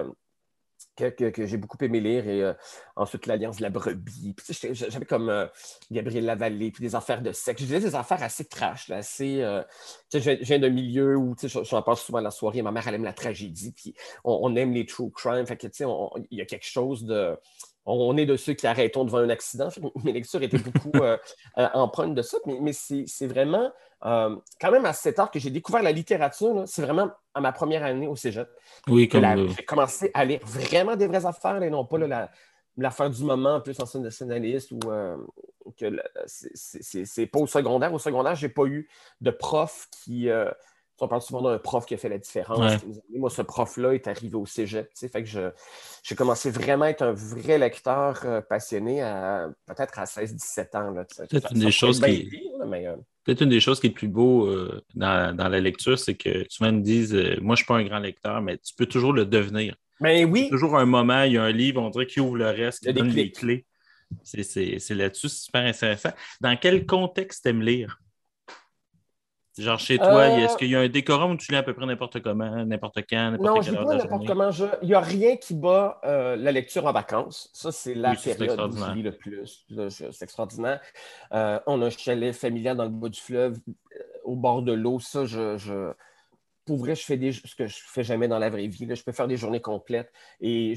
que j'ai beaucoup aimé lire. Et ensuite, l'Alliance de la brebis. Puis, j'avais comme Gabriel Lavallée, puis des affaires de sexe. Je disais des affaires assez trash, là, assez... je viens d'un milieu où j'en parle souvent à la soirée. Ma mère, elle aime la tragédie, puis on aime les true crime. Fait que, il y a quelque chose de... On est de ceux qui arrêtons devant un accident. Mes lectures étaient beaucoup empreintes de ça, mais c'est vraiment quand même à cet tard que j'ai découvert la littérature. Là, c'est vraiment à ma première année au cégep. Oui, j'ai commencé à lire vraiment des vraies affaires, et non pas l'affaire du moment, plus en sensationnaliste, ou que c'est pas au secondaire. Au secondaire, j'ai pas eu de prof qui... on parle souvent d'un prof qui a fait la différence. Moi, ce prof-là est arrivé au cégep. Fait que j'ai commencé vraiment à être un vrai lecteur passionné peut-être à 16-17 ans. Là, c'est une des choses qui... peut-être une des choses qui est le plus beau dans la lecture, c'est que souvent ils me disent moi, je ne suis pas un grand lecteur, mais tu peux toujours le devenir. Ben Il y a oui, toujours un moment, il y a un livre, on dirait, qui ouvre le reste, il y qui a des donne les clics. clés. C'est là-dessus, c'est super intéressant. Dans quel contexte tu aimes lire? Genre chez toi, est-ce Euh, qu'il y a un décorum où tu lis à peu près n'importe comment, n'importe quand, n'importe non, je quelle ne lis heure de pas la n'importe journée? comment. Il n'y a rien qui bat la lecture en vacances. Ça, c'est la Oui, ça, c'est période où je extraordinaire. lis le plus. Là, c'est extraordinaire. On a un chalet familial dans le bas du fleuve, au bord de l'eau. Ça, pour vrai, je fais ce que je fais jamais dans la vraie vie. Là. Je peux faire des journées complètes. Et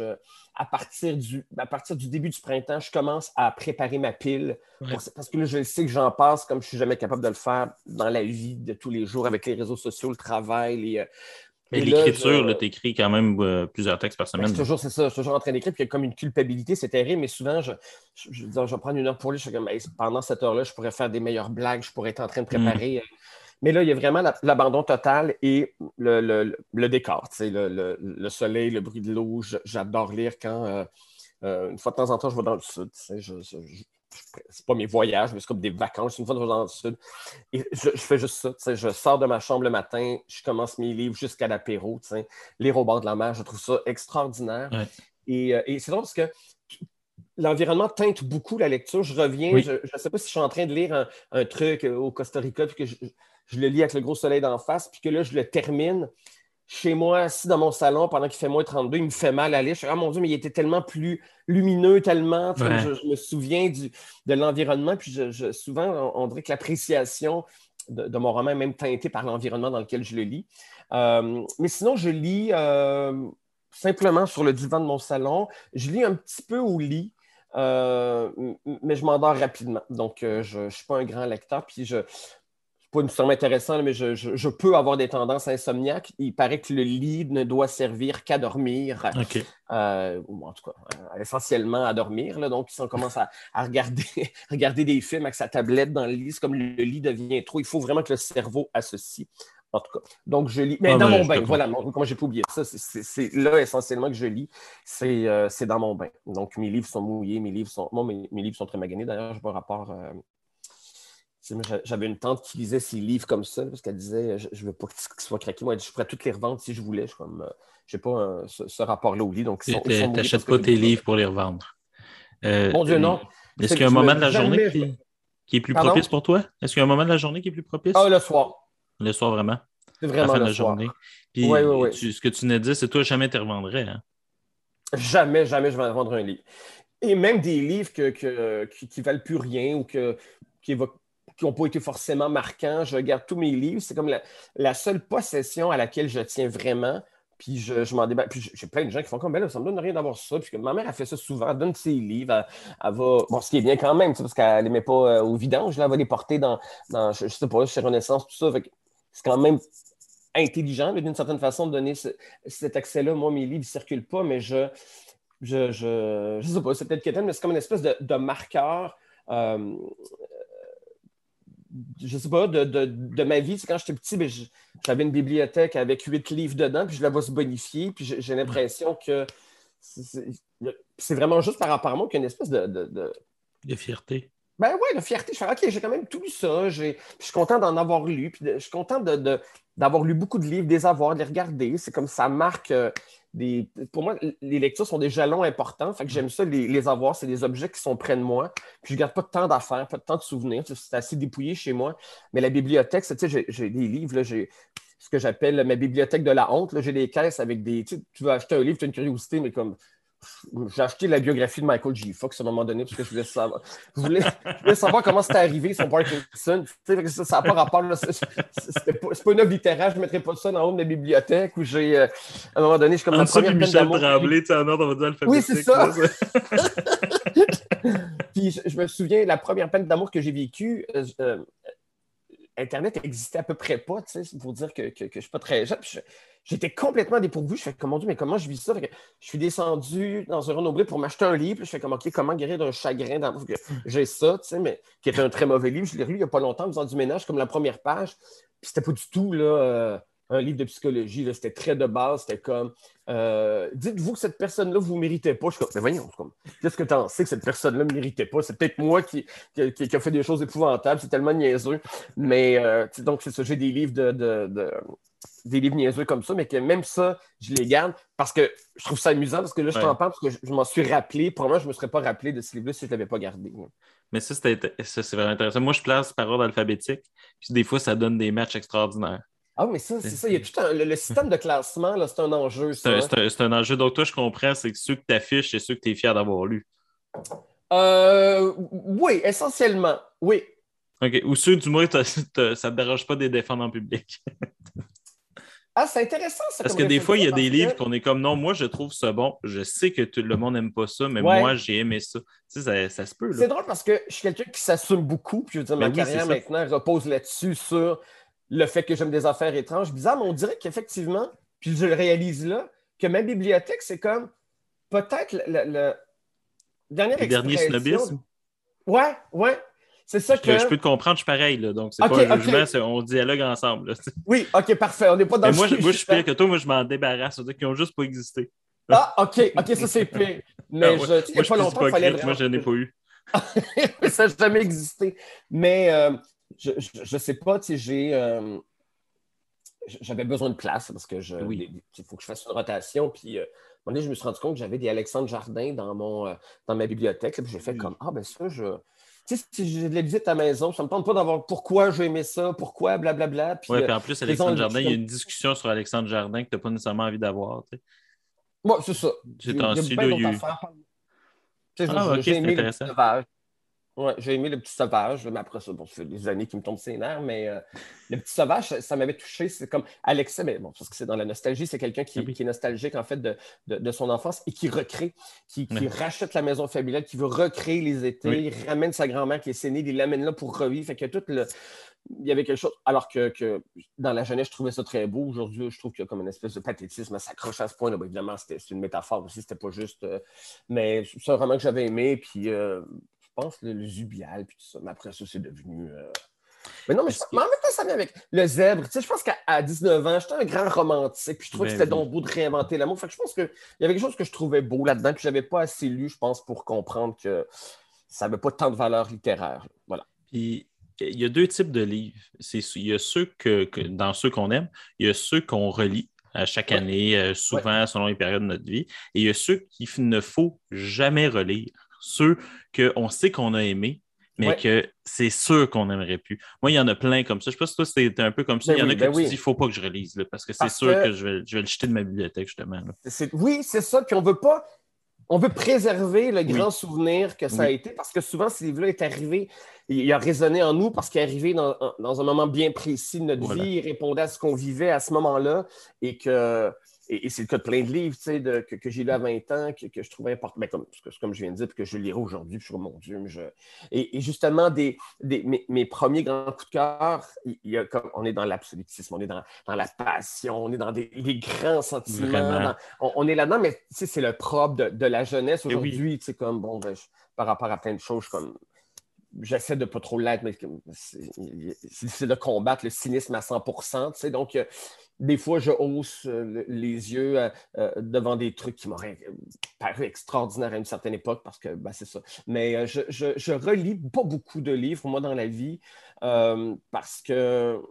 à partir du début du printemps, je commence à préparer ma pile. Ouais. Parce que là, je sais que j'en passe comme je ne suis jamais capable de le faire dans la vie de tous les jours avec les réseaux sociaux, le travail. Mais Et là, l'écriture, tu écris quand même plusieurs textes par c'est semaine. Là. toujours, c'est ça, je suis toujours en train d'écrire, puis il y a comme une culpabilité, c'est terrible, mais souvent, je vais prendre une heure pour lire, je suis comme, hey, pendant cette heure-là, je pourrais faire des meilleures blagues, je pourrais être en train de Mm. préparer. Mais là, il y a vraiment l'abandon total et le décor, tu sais, le soleil, le bruit de l'eau. J'adore lire quand, une fois de temps en temps, je vais dans le sud. Tu sais, c'est pas mes voyages, mais c'est comme des vacances. Une fois que je vais dans le sud, et je fais juste ça. Tu sais, je sors de ma chambre le matin, je commence mes livres jusqu'à l'apéro. Tu sais, lire au bord de la mer, je trouve ça extraordinaire. Ouais. Et c'est drôle parce que l'environnement teinte beaucoup la lecture. Je reviens, je Oui. ne sais pas si je suis en train de lire un truc au Costa Rica, puis que je le lis avec le gros soleil d'en face, puis que là, je le termine chez moi, assis dans mon salon, pendant qu'il fait moins 32, il me fait mal à lire. Je suis, ah mon Dieu, mais il était tellement plus lumineux, tellement, comme Ouais. je me souviens de l'environnement, puis souvent, on dirait que l'appréciation de mon roman est même teintée par l'environnement dans lequel je le lis. Mais sinon, je lis simplement sur le divan de mon salon. Je lis un petit peu au lit. Mais je m'endors rapidement. Donc, je ne suis pas un grand lecteur. Puis, c'est pas nécessairement intéressant, là, mais je peux avoir des tendances insomniaques. Il paraît que le lit ne doit servir qu'à dormir, OK. ou en tout cas, essentiellement à dormir. Là. Donc, si on commence à regarder, regarder des films avec sa tablette dans le lit, c'est comme le lit devient trop. Il faut vraiment que le cerveau associe. En tout cas, donc je lis. Mais Ah, dans ben, mon je te bain, voilà, comprends. comment j'ai pas oublié ça, c'est là essentiellement que je lis, c'est dans mon bain. Donc mes livres sont mouillés, mes livres sont très maganés. D'ailleurs, je n'ai pas rapport. J'avais une tante qui lisait ses livres comme ça, parce qu'elle disait je ne veux pas qu'ils soient craqués. Moi, elle dit, je pourrais toutes les revendre si je voulais. Je n'ai pas ce rapport-là au lit, donc ils sont mouillés parce T'achètes que pas j'ai tes besoin. livres pour les revendre. Euh, Mon Dieu, non. Est-ce qu'il y a un moment de la journée Jamais je me. qui est plus Pardon? propice pour toi? Est-ce qu'il y a un moment de la journée qui est plus Ah, propice? le soir. Le soir, vraiment, à C'est la vraiment fin de le la journée. soir. Oui, oui, Puis, oui. ce que tu venais de dire, c'est toi, jamais tu revendrais. Hein? Jamais, jamais je vais vendre un livre. Et même des livres qui valent plus rien ou qui n'ont pas été forcément marquants, je garde tous mes livres. C'est comme la seule possession à laquelle je tiens vraiment. Puis je m'en débarrasse. Puis j'ai plein de gens qui font comme, ben là, ça me donne rien d'avoir ça. Puis que ma mère a fait ça souvent, elle donne ses livres, elle va. Bon, ce qui est bien quand même, tu sais, parce qu'elle n'aimait pas au vidange, là, elle va les porter dans je sais pas, chez Renaissance, tout ça. Fait que c'est quand même intelligent, là, d'une certaine façon, de donner cet accès-là. Moi, mes livres ne circulent pas, mais je sais pas, c'est peut-être quétaine, mais c'est comme une espèce de marqueur. euh, je sais pas, de ma vie. C'est quand j'étais petit, ben, j'avais une bibliothèque avec 8 livres dedans, puis je la vois se bonifier, puis j'ai l'impression que c'est vraiment juste par rapport à moi qu'il y a une espèce de. De fierté. Ben ouais, de fierté. Je fais, OK, j'ai quand même tout lu ça. Je suis content d'en avoir lu. Puis je suis content d'avoir lu beaucoup de livres, des avoirs, de les regarder. C'est comme ça marque des. Pour moi, les lectures sont des jalons importants. Fait que j'aime ça, les avoirs. C'est des objets qui sont près de moi. Puis je garde pas de temps d'affaires, pas de temps de souvenirs. C'est assez dépouillé chez moi. Mais la bibliothèque, tu sais, j'ai des livres, là, j'ai ce que j'appelle ma bibliothèque de la honte. Là, j'ai des caisses avec des. Tu veux acheter un livre, tu as une curiosité, mais comme j'ai acheté la biographie de Michael J. Fox à un moment donné parce que je voulais savoir comment c'était arrivé son Parkinson. Ça n'a pas rapport. C'est pas une œuvre littéraire. Je ne mettrais pas ça dans haut de la bibliothèque où j'ai. À un moment donné, je suis comme En la dessous, puis première peine Michel d'amour. Tremblay, tu sais, en ordre, on va dire Oui, alphabétique. c'est ça. Là, Puis je me souviens, la première peine d'amour que j'ai vécue, Internet existait à peu près pas, tu sais, pour dire que je ne suis pas très jeune. J'étais complètement dépourvu. Je fais comme, mon Dieu, mais comment je vis ça? Je suis descendu dans un Renaud-Bré pour m'acheter un livre. Puis je fais comme, OK, comment guérir d'un chagrin d'amour? J'ai ça, tu sais, mais qui était un très mauvais livre. Je l'ai lu il n'y a pas longtemps en faisant du ménage, comme la première page. Puis c'était pas du tout, là, un livre de psychologie, là, c'était très de base, c'était comme dites-vous que cette personne-là, vous ne méritez pas. Je suis comme, mais voyons, qu'est-ce que tu en sais que cette personne-là ne méritait pas? C'est peut-être moi qui a fait des choses épouvantables, c'est tellement niaiseux. Mais donc, c'est ça, j'ai des livres des livres niaiseux comme ça, mais que même ça, je les garde parce que je trouve ça amusant, parce que là, je t'en parle parce que je m'en suis rappelé. Probablement, je ne me serais pas rappelé de ce livre-là si je ne l'avais pas gardé. Mais ça, c'est vraiment intéressant. Moi, je place par ordre alphabétique, puis des fois, ça donne des matchs extraordinaires. Ah, mais ça, c'est ça. Il y a tout le système de classement, là, c'est un enjeu, ça. C'est un enjeu. Donc, toi, je comprends, c'est que ceux que tu affiches, c'est ceux que tu es fier d'avoir lus. Oui, essentiellement, oui. OK. Ou ceux, du moins, ça ne te dérange pas de les défendre en public. Ah, c'est intéressant, ça. Parce que des fois, il y a des livres qu'on est comme, non, moi, je trouve ça bon. Je sais que le monde n'aime pas ça, mais moi, j'ai aimé ça. Tu sais, ça se peut. Là. C'est drôle parce que je suis quelqu'un qui s'assume beaucoup. Puis je veux dire, ma carrière maintenant repose là-dessus, sur le fait que j'aime des affaires étranges. Bizarre, mais on dirait qu'effectivement, puis je le réalise là, que ma bibliothèque, c'est comme peut-être le dernière expression. Le dernier snobisme? Ouais. C'est ça que... Je peux te comprendre, je suis pareil. Là, donc, c'est pas un jugement, on dialogue ensemble. Là. Oui, OK, parfait. On n'est pas dans moi, je suis pire que toi. Moi, je m'en débarrasse. C'est-à-dire qu'ils n'ont juste pas existé. Ah, OK, ça, c'est pire. Mais moi, je suis hypocrite. Moi, je n'en ai pas eu. Ça n'a jamais existé. Mais je sais pas, tu sais, j'avais besoin de place parce que il faut que je fasse une rotation. Puis, à un moment donné, je me suis rendu compte que j'avais des Alexandre Jardin dans ma bibliothèque. Puis j'ai fait comme, ben ça, tu sais, si j'ai de la visite à la maison, ça ne me tente pas d'avoir pourquoi j'ai aimé ça, pourquoi, blablabla. Puis en plus, Alexandre Jardin, il y a une discussion sur Alexandre Jardin que tu n'as pas nécessairement envie d'avoir. Oui, c'est ça. J'ai bien d'autres affaires. J'ai aimé le petit sauvage. Ouais, j'ai aimé le petit sauvage, mais après ça, c'est des années qui me tombent ses nerfs, mais le petit sauvage, ça m'avait touché. C'est comme Alexis, mais bon, parce que c'est dans la nostalgie, c'est quelqu'un qui est nostalgique en fait de son enfance et qui recrée, qui rachète la maison familiale, qui veut recréer les étés, il ramène sa grand-mère qui est sénée, il l'amène là pour revivre. Fait que il y avait quelque chose, alors que dans la jeunesse, je trouvais ça très beau. Aujourd'hui, je trouve qu'il y a comme une espèce de pathétisme à s'accrocher à ce point. Là. Évidemment, c'est une métaphore aussi, c'était pas juste. Mais c'est un roman que j'avais aimé, puis je pense le Zubial, puis tout ça. Mais après ça, c'est devenu. Mais non, mais en même temps, ça vient avec le zèbre. Tu sais, je pense qu'à 19 ans, j'étais un grand romantique, puis je trouvais que c'était donc beau de réinventer l'amour. Fait que je pense qu'il y avait quelque chose que je trouvais beau là-dedans, puis j'avais pas assez lu, je pense, pour comprendre que ça n'avait pas tant de valeur littéraire. Voilà. Puis. Il y a deux types de livres. Il y a ceux dans ceux qu'on aime, il y a ceux qu'on relit à chaque année, souvent selon les périodes de notre vie, et il y a ceux qu'il ne faut jamais relire. Ceux qu'on sait qu'on a aimés, mais que c'est sûr qu'on n'aimerait plus. Moi, il y en a plein comme ça. Je ne sais pas si toi, c'était un peu comme ça. Il y en a que tu dis, il ne faut pas que je relise, là, parce que c'est sûr que je vais le jeter de ma bibliothèque, justement. Là. Oui, c'est ça. Puis on veut pas... On veut préserver le grand souvenir que ça a été, parce que souvent, ce livre-là est arrivé, il a résonné en nous parce qu'il est arrivé dans un moment bien précis de notre vie, il répondait à ce qu'on vivait à ce moment-là, et c'est le cas de plein de livres, tu sais, que j'ai lu à 20 ans, que je trouvais important, comme je viens de dire, puis que je lirai aujourd'hui, puis je suis, mon Dieu, et justement, mes premiers grands coups de cœur, on est dans l'absolutisme, on est dans la passion, on est dans les grands sentiments, on est là-dedans, mais tu sais, c'est le propre de la jeunesse aujourd'hui, tu sais, comme, bon, par rapport à plein de choses, comme, j'essaie de ne pas trop l'être, mais c'est difficile de combattre le cynisme à 100%, tu sais, donc, des fois, je hausse les yeux devant des trucs qui m'auraient paru extraordinaires à une certaine époque, parce que c'est ça. Mais je relis pas beaucoup de livres, moi, dans la vie, parce que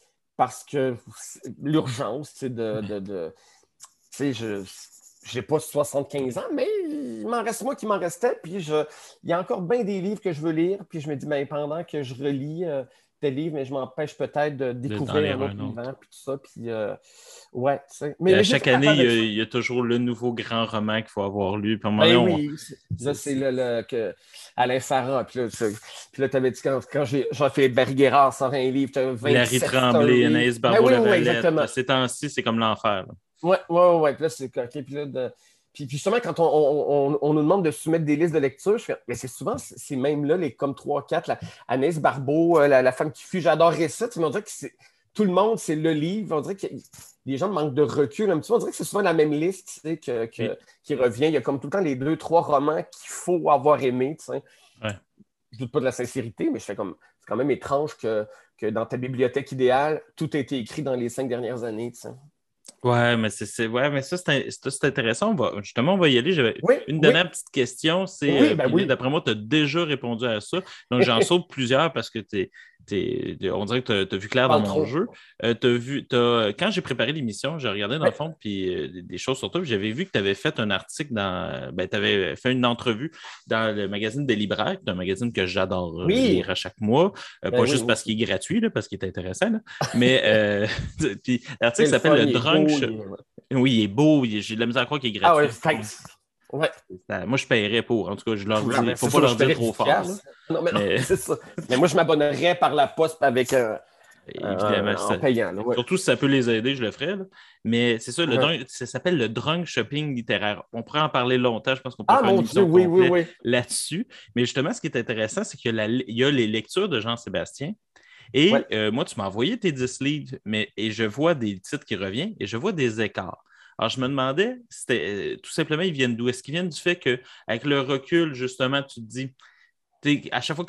l'urgence, tu sais, tu sais, j'ai pas 75 ans, mais il m'en reste moi qui m'en restait, puis il y a encore bien des livres que je veux lire, puis je me dis, pendant que je relis des livres, mais je m'empêche peut-être de découvrir un autre livre, puis tout ça, puis tu sais. Mais à chaque année, il y a toujours le nouveau grand roman qu'il faut avoir lu. Puis oui, ça, c'est Alain Farah, puis là, tu avais dit, quand Jean-Philippe Barry-Guerrard sort un livre, tu as 27 Larry Tremblay, Anaïs Barbeau-Lavalette, c'est ainsi, c'est comme l'enfer. Oui, puis là, c'est OK, puis là, Puis justement, quand on nous demande de soumettre des listes de lecture, je fais, mais c'est souvent, c'est même là, les comme 3-4, Anaïs Barbeau, la femme qui fuit, j'adorerais ça. On dirait que tout le monde, c'est le livre. On dirait que les gens manquent de recul un petit peu. On dirait que c'est souvent la même liste, tu sais, qui revient. Il y a comme tout le temps les 2-3 romans qu'il faut avoir aimés, tu sais. Ouais. je doute pas de la sincérité, mais je fais comme, c'est quand même étrange que dans ta bibliothèque idéale, tout a été écrit dans les 5 dernières années, tu sais. Ouais, mais ouais, mais ça, c'est intéressant. Justement, on va y aller. J'avais Oui, une oui, dernière petite question. oui, ben Puis là, oui. d'après moi, tu as déjà répondu à ça. Donc, j'en saute plusieurs parce que on dirait que tu as vu clair dans Parle mon trop. jeu. Quand j'ai préparé l'émission, j'ai regardé dans le Ouais, fond puis, des choses sur toi. Puis j'avais vu que tu avais fait un article tu avais fait une entrevue dans le magazine des Libraires, qui est un magazine que j'adore oui, lire à chaque mois. Pas ben oui, juste moi parce aussi. qu'il est gratuit, là, parce qu'il est intéressant, là, mais puis C'est l'article le s'appelle fun, Le il est Drunk. beau. Ouais. Oui, il est beau. J'ai de la misère à croire qu'il est Ah ouais, gratuit. thanks. Ouais. Moi, je paierais pour. En tout cas, je leur Non, dis. mais Faut c'est pas sûr, leur je dire paierais trop 10 fort, là. piastres. Non, mais non, Mais c'est ça. Mais moi, je m'abonnerais par la poste avec évidemment, en payant. Là, ouais. surtout si ça peut les aider, je le ferais, là. Mais c'est ça, Ouais. ça s'appelle le drunk shopping littéraire. On pourrait en parler longtemps. Je pense qu'on pourrait Ah faire une mon Dieu, émission oui, oui, complète oui. là-dessus. Mais justement, ce qui est intéressant, c'est qu'il y a les lectures de Jean-Sébastien. Ouais. Et moi, tu m'as envoyé tes 10 livres, et je vois des titres qui reviennent et je vois des écarts. Alors, je me demandais, tout simplement, ils viennent d'où? Est-ce qu'ils viennent du fait qu'avec le recul, justement, tu te dis, à chaque fois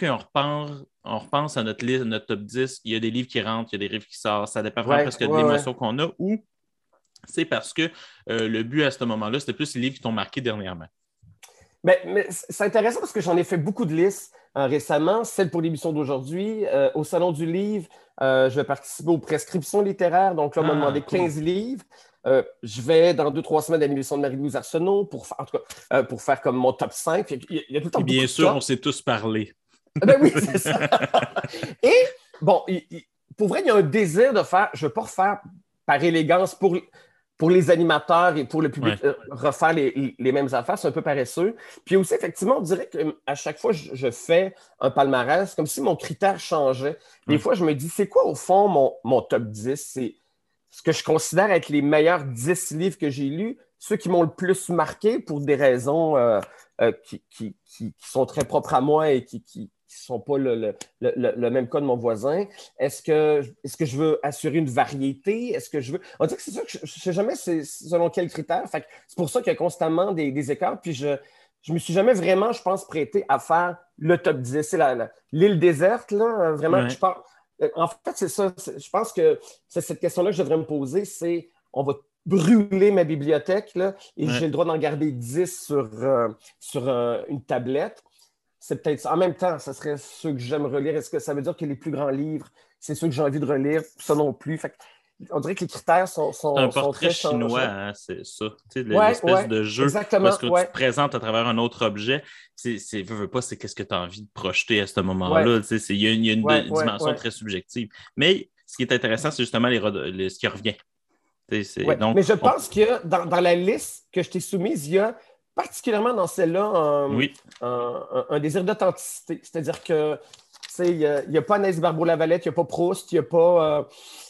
on repense à notre liste, notre top 10, il y a des livres qui rentrent, il y a des livres qui sortent, ça dépend vraiment Ouais, presque de ouais, ouais. l'émotion qu'on a, ou c'est parce que le but à ce moment-là, c'était plus les livres qui t'ont marqué dernièrement. Ben, mais c'est intéressant parce que j'en ai fait beaucoup de listes récemment, celle pour l'émission d'aujourd'hui. Au Salon du Livre, je vais participer aux prescriptions littéraires. Donc là, on m'a Ah, demandé cool. 15 livres. Je vais dans 2-3 semaines à l'émission de Marie-Louise Arsenault en tout cas, pour faire comme mon top 5. Il y a tout le temps Et beaucoup bien de sûr, on top. s'est tous parlé. Ben oui, c'est ça. Et bon, pour vrai, il y a un désir de faire, je ne veux pas refaire par élégance pour les animateurs et pour le public, Ouais. refaire les mêmes affaires, c'est un peu paresseux. Puis aussi, effectivement, on dirait qu'à chaque fois je fais un palmarès, comme si mon critère changeait. Des Ouais. fois, je me dis, c'est quoi au fond mon top 10? C'est ce que je considère être les meilleurs 10 livres que j'ai lus, ceux qui m'ont le plus marqué pour des raisons qui sont très propres à moi et qui sont pas le même cas de mon voisin. Est-ce que je veux assurer une variété? Est-ce que je veux... On dirait que c'est ça que je ne sais jamais selon quels critères. Fait que c'est pour ça qu'il y a constamment des écarts. Puis je ne me suis jamais vraiment, je pense, prêté à faire le top 10. C'est l'île déserte, là, vraiment. Ouais. En fait, c'est ça. Je pense que c'est cette question-là que je devrais me poser, c'est on va brûler ma bibliothèque, là, et Ouais. j'ai le droit d'en garder 10 sur une tablette. C'est peut-être ça. En même temps, ce serait ceux que j'aime relire. Est-ce que ça veut dire que les plus grands livres, c'est ceux que j'ai envie de relire? Ça non plus. Fait que, on dirait que les critères C'est un sont portrait très chinois, changeants. hein, c'est ça. Tu sais, Ouais, l'espèce ouais, de jeu où exactement. est-ce que tu te Ouais, présentes à travers un autre objet, veux pas, c'est qu'est-ce que tu as envie de projeter à ce ouais, moment-là. Tu sais, il y a une ouais, ouais, dimension ouais. très subjective. Mais ce qui est intéressant, c'est justement ce qui revient. Tu sais, Ouais. donc, Mais je pense que dans la liste que je t'ai soumise, il y a particulièrement dans celle-là oui, un désir d'authenticité. C'est-à-dire que il n'y a pas Anaïs Barbeau-Lavalette, il n'y a pas Proust, il n'y a pas.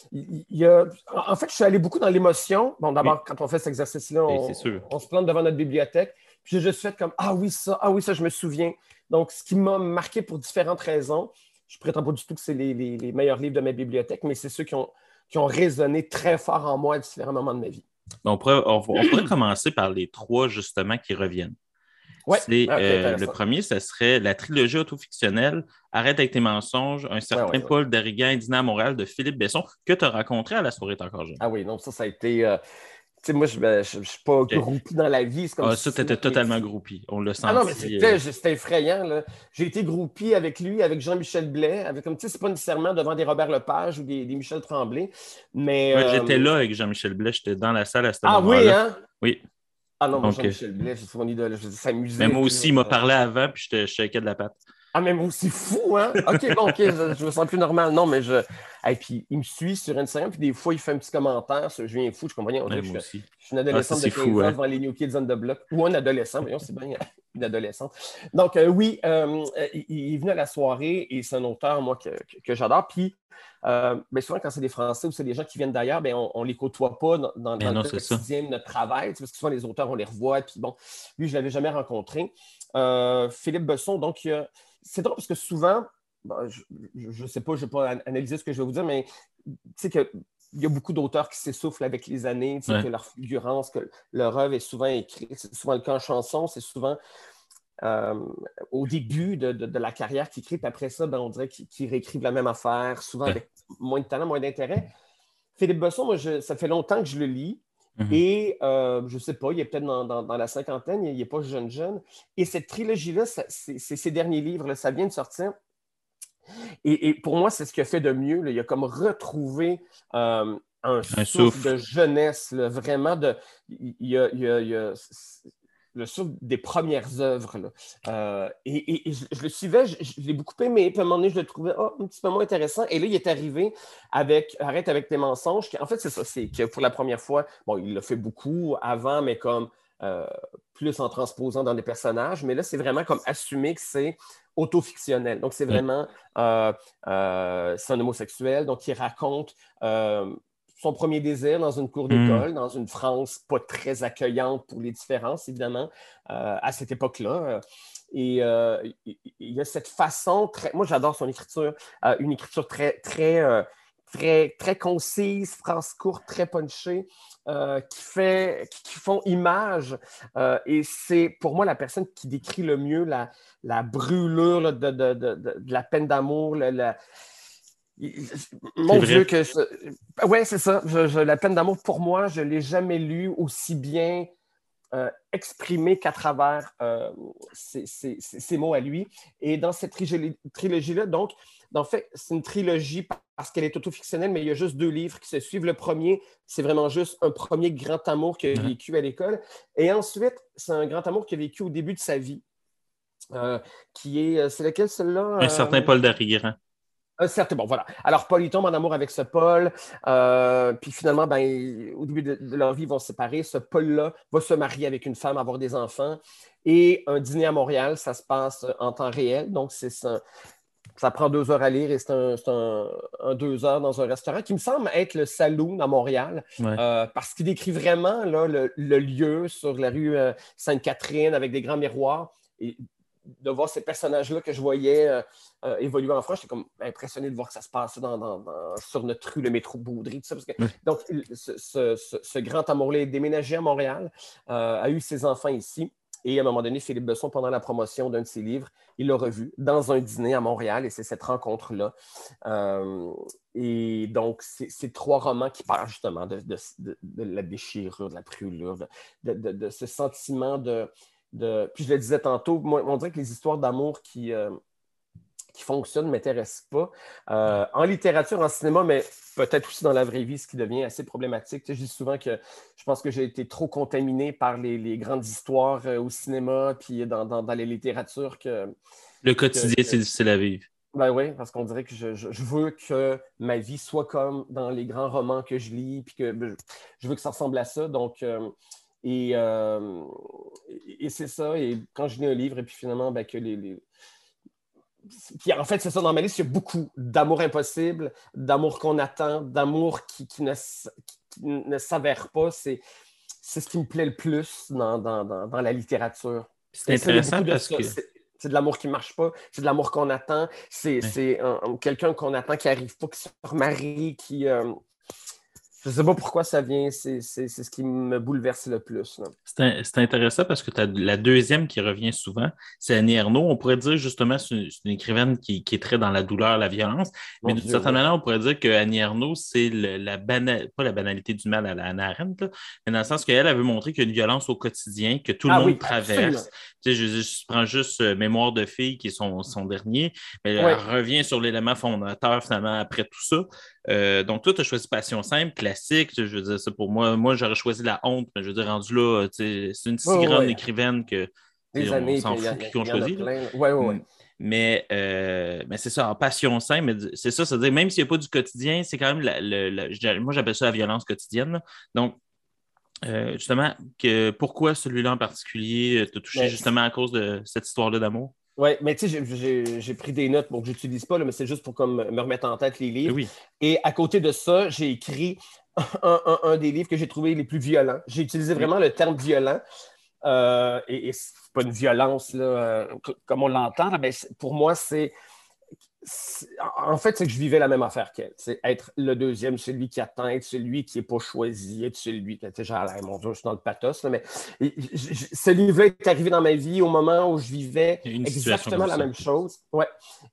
Il y a... En fait, je suis allé beaucoup dans l'émotion. Bon, oui, d'abord, quand on fait cet exercice-là, et c'est sûr. on se plante devant notre bibliothèque. Puis j'ai juste fait comme ah oui, ça, je me souviens. Donc, ce qui m'a marqué pour différentes raisons, je ne prétends pas du tout que c'est les meilleurs livres de ma bibliothèque, mais c'est ceux qui ont résonné très fort en moi à différents moments de ma vie. On pourrait commencer par les trois, justement, qui reviennent. Oui, ok, Le intéressant. premier, ce serait la trilogie autofictionnelle Arrête avec tes mensonges, un Ouais, certain ouais, ouais. Paul Darrigan et Dîner à Montréal de Philippe Besson, que tu as rencontré à la soirée T'es encore jeune. Ah oui, donc ça a été. Tu sais, moi, je ne suis pas OK. groupie dans la vie. C'est comme Ah, si ça, tu c'est étais notre totalement métier. groupie. On l'a Ah non, mais senti. c'était effrayant, là. J'ai été groupie avec lui, avec Jean-Michel Blais, avec comme tu sais, c'est pas nécessairement devant des Robert Lepage ou des Michel Tremblay, mais Ouais, j'étais là avec Jean-Michel Blais, j'étais dans la salle à ce ah oui, moment-là. hein? Oui. Ah non, moi Donc, Jean-Michel Blais, c'est son idole, je mais s'amusait et moi tout. aussi, il m'a parlé avant, puis je shakeais de la patte. Ah, mais moi aussi fou, hein? OK, bon, OK, je me sens plus normal. Non, mais je. Et puis, il me suit sur Instagram, puis des fois, il fait un petit commentaire. Je viens fou, je comprends rien. On Ouais, dirait que moi aussi. je suis une Ah, ça, adolescente de c'est 15 fou, ans hein? devant les New Kids on the Block. Ou un adolescent, voyons, c'est bien une adolescente. Donc, oui, il est venu à la soirée et c'est un auteur, moi, que j'adore. Puis, ben souvent, quand c'est des Français ou c'est des gens qui viennent d'ailleurs, ben on ne les côtoie pas Mais dans le non, c'est ça. quotidien de notre travail, parce que souvent, les auteurs, on les revoit. Puis bon, lui, je ne l'avais jamais rencontré. Philippe Besson, donc, c'est drôle parce que souvent, bon, je ne sais pas, je n'ai pas analysé ce que je vais vous dire, mais tu sais qu'il y a beaucoup d'auteurs qui s'essoufflent avec les années, tu sais, Ouais. que leur fulgurance, que leur œuvre est souvent écrite, c'est souvent le cas en chanson, c'est souvent au début de la carrière qu'ils écrivent. Puis après ça, on dirait qu'ils réécrivent la même affaire, souvent avec moins de talent, moins d'intérêt. Philippe Besson, moi, ça fait longtemps que je le lis. Et je ne sais pas, il est peut-être dans la cinquantaine, il n'est pas jeune. Et cette trilogie-là, c'est ses derniers livres, là, ça vient de sortir. Et pour moi, c'est ce qu'il a fait de mieux. Là. Il a comme retrouvé un souffle de jeunesse, là, vraiment. Il y a le souffle des premières œuvres. Là. Et je le suivais, je l'ai beaucoup aimé. Puis à un moment donné, je le trouvais un petit peu moins intéressant. Et là, il est arrivé avec Arrête avec tes mensonges. En fait, c'est ça, c'est que pour la première fois, il l'a fait beaucoup avant, mais comme plus en transposant dans des personnages. Mais là, c'est vraiment comme assumer que c'est autofictionnel. Donc, c'est vraiment c'est un homosexuel. Donc, il raconte son premier désir dans une cour d'école, dans une France pas très accueillante pour les différences, évidemment, à cette époque-là. Et il y a cette façon, moi j'adore son écriture, une écriture très concise, phrases courtes, très punchées, qui font image. Et c'est pour moi la personne qui décrit le mieux la brûlure là, de la peine d'amour, mon Dieu, que ouais, c'est ça. La peine d'amour, pour moi, je ne l'ai jamais lu aussi bien exprimé qu'à travers ses mots à lui. Et dans cette trilogie-là, donc, en fait, c'est une trilogie parce qu'elle est autofictionnelle, mais il y a juste 2 livres qui se suivent. Le premier, c'est vraiment juste un premier grand amour qu'il a vécu à l'école. Et ensuite, c'est un grand amour qu'il a vécu au début de sa vie. C'est lequel, celui-là? Un certain Paul Darigrand. Certes, bon, voilà. Alors, Paul, il tombe en amour avec ce Paul. Puis finalement, au début de leur vie, ils vont se séparer. Ce Paul-là va se marier avec une femme, avoir des enfants. Et un dîner à Montréal, ça se passe en temps réel. Donc, ça prend 2 heures à lire et c'est un 2 heures dans un restaurant qui me semble être le Saloon à Montréal. Parce qu'il décrit vraiment là, le lieu sur la rue Sainte-Catherine avec des grands miroirs. Et de voir ces personnages-là que je voyais évoluer en France, j'étais comme impressionné de voir que ça se passe sur notre rue, le métro Baudry, tout ça. Parce que, donc, ce grand amour-là est déménagé à Montréal, a eu ses enfants ici. Et à un moment donné, Philippe Besson, pendant la promotion d'un de ses livres, il l'a revu dans un dîner à Montréal et c'est cette rencontre-là. Et donc, c'est 3 romans qui parlent justement de la déchirure, de la brûlure, de ce sentiment puis je le disais tantôt, moi, on dirait que les histoires d'amour qui fonctionnent ne m'intéressent pas. En littérature, en cinéma, mais peut-être aussi dans la vraie vie, ce qui devient assez problématique. Tu sais, je dis souvent que je pense que j'ai été trop contaminé par les grandes histoires au cinéma puis dans les littératures Le quotidien, c'est difficile à vivre. Ben oui, parce qu'on dirait que je veux que ma vie soit comme dans les grands romans que je lis, puis que je veux que ça ressemble à ça. Donc, et c'est ça. Et quand je lis un livre, et puis finalement, que Puis en fait, c'est ça, dans ma liste, il y a beaucoup d'amour impossible, d'amour qu'on attend, d'amour qui ne s'avère pas. C'est ce qui me plaît le plus dans la littérature. C'est intéressant parce que... C'est de l'amour qui ne marche pas, c'est de l'amour qu'on attend, c'est quelqu'un qu'on attend qui n'arrive pas, qui se remarie, qui... Je ne sais pas pourquoi ça vient, c'est ce qui me bouleverse le plus. C'est intéressant parce que tu as la deuxième qui revient souvent, c'est Annie Ernaux. On pourrait dire justement c'est une écrivaine qui est très dans la douleur, la violence, mais d'une certaine manière, on pourrait dire que Annie Ernaux, c'est pas la banalité du mal à la Hannah Arendt, là, mais dans le sens qu'elle veut montrer qu'il y a une violence au quotidien, que tout le monde traverse. Tu sais, je prends juste Mémoire de fille qui est son dernier, mais elle revient sur l'élément fondateur finalement après tout ça. Donc, toi, tu as choisi Passion simple, classique. Je veux dire, ça pour moi, j'aurais choisi La honte, mais je veux dire, rendu là, c'est une si grande écrivaine que on s'en fout qui qu'on choisit. Mais c'est ça, en Passion simple, c'est ça, c'est-à-dire, même s'il n'y a pas du quotidien, c'est quand même, moi, j'appelle ça la violence quotidienne. Là. Donc, justement, pourquoi celui-là en particulier t'a touché justement à cause de cette histoire-là d'amour? Oui, mais tu sais, j'ai pris des notes, bon, que je n'utilise pas, là, mais c'est juste pour comme, me remettre en tête les livres. Oui. Et à côté de ça, j'ai écrit un des livres que j'ai trouvé les plus violents. J'ai utilisé vraiment le terme violent. Et c'est pas une violence là, comme on l'entend, mais pour moi, c'est En fait, c'est que je vivais la même affaire qu'elle. C'est être le deuxième, celui qui atteint, être celui qui n'est pas choisi, être celui qui était genre, mon Dieu, je suis dans le pathos, là, mais ce livre-là est arrivé dans ma vie au moment où je vivais exactement la même chose. Ouais.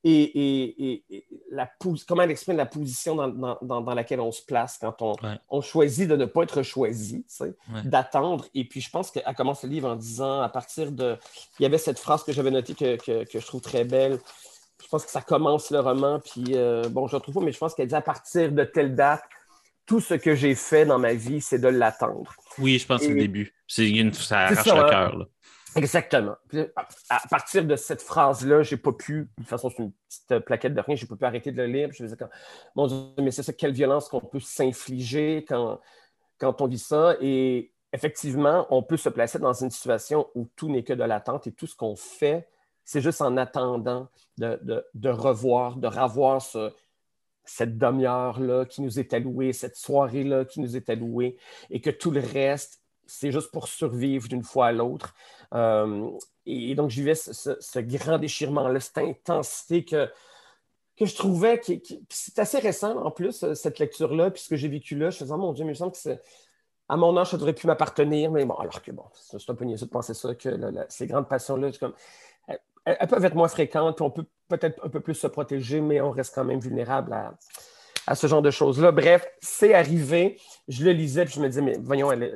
Et comment elle exprime la position dans laquelle on se place quand on choisit de ne pas être choisi, d'attendre. Et puis, je pense qu'elle commence le livre en disant, à partir de... Il y avait cette phrase que j'avais notée que je trouve très belle. Je pense que ça commence le roman, puis je ne le trouve pas, mais je pense qu'elle dit à partir de telle date, tout ce que j'ai fait dans ma vie, c'est de l'attendre. Oui, je pense que c'est le début. Ça arrache le cœur. Là. Exactement. Puis, à partir de cette phrase-là, j'ai pas pu, de toute façon, c'est une petite plaquette de rien, j'ai pas pu arrêter de le lire. Puis je me disais, mon Dieu, mais c'est ça, quelle violence qu'on peut s'infliger quand on vit ça. Et effectivement, on peut se placer dans une situation où tout n'est que de l'attente et tout ce qu'on fait, c'est juste en attendant de revoir, de revoir cette demi-heure-là qui nous est allouée, cette soirée-là qui nous est allouée, et que tout le reste, c'est juste pour survivre d'une fois à l'autre. Et donc, je vivais ce grand déchirement-là, cette intensité que je trouvais... c'est assez récent, en plus, cette lecture-là, puis ce que j'ai vécu là, je me disais, mon Dieu, mais il me semble que à mon âge, ça devrait plus m'appartenir, mais bon, alors que bon, c'est un peu niaiseux de penser ça, que ces grandes passions-là, c'est comme... Elles peuvent être moins fréquentes, puis on peut peut-être un peu plus se protéger, mais on reste quand même vulnérable à ce genre de choses-là. Bref, c'est arrivé. Je le lisais, puis je me disais, mais voyons, elle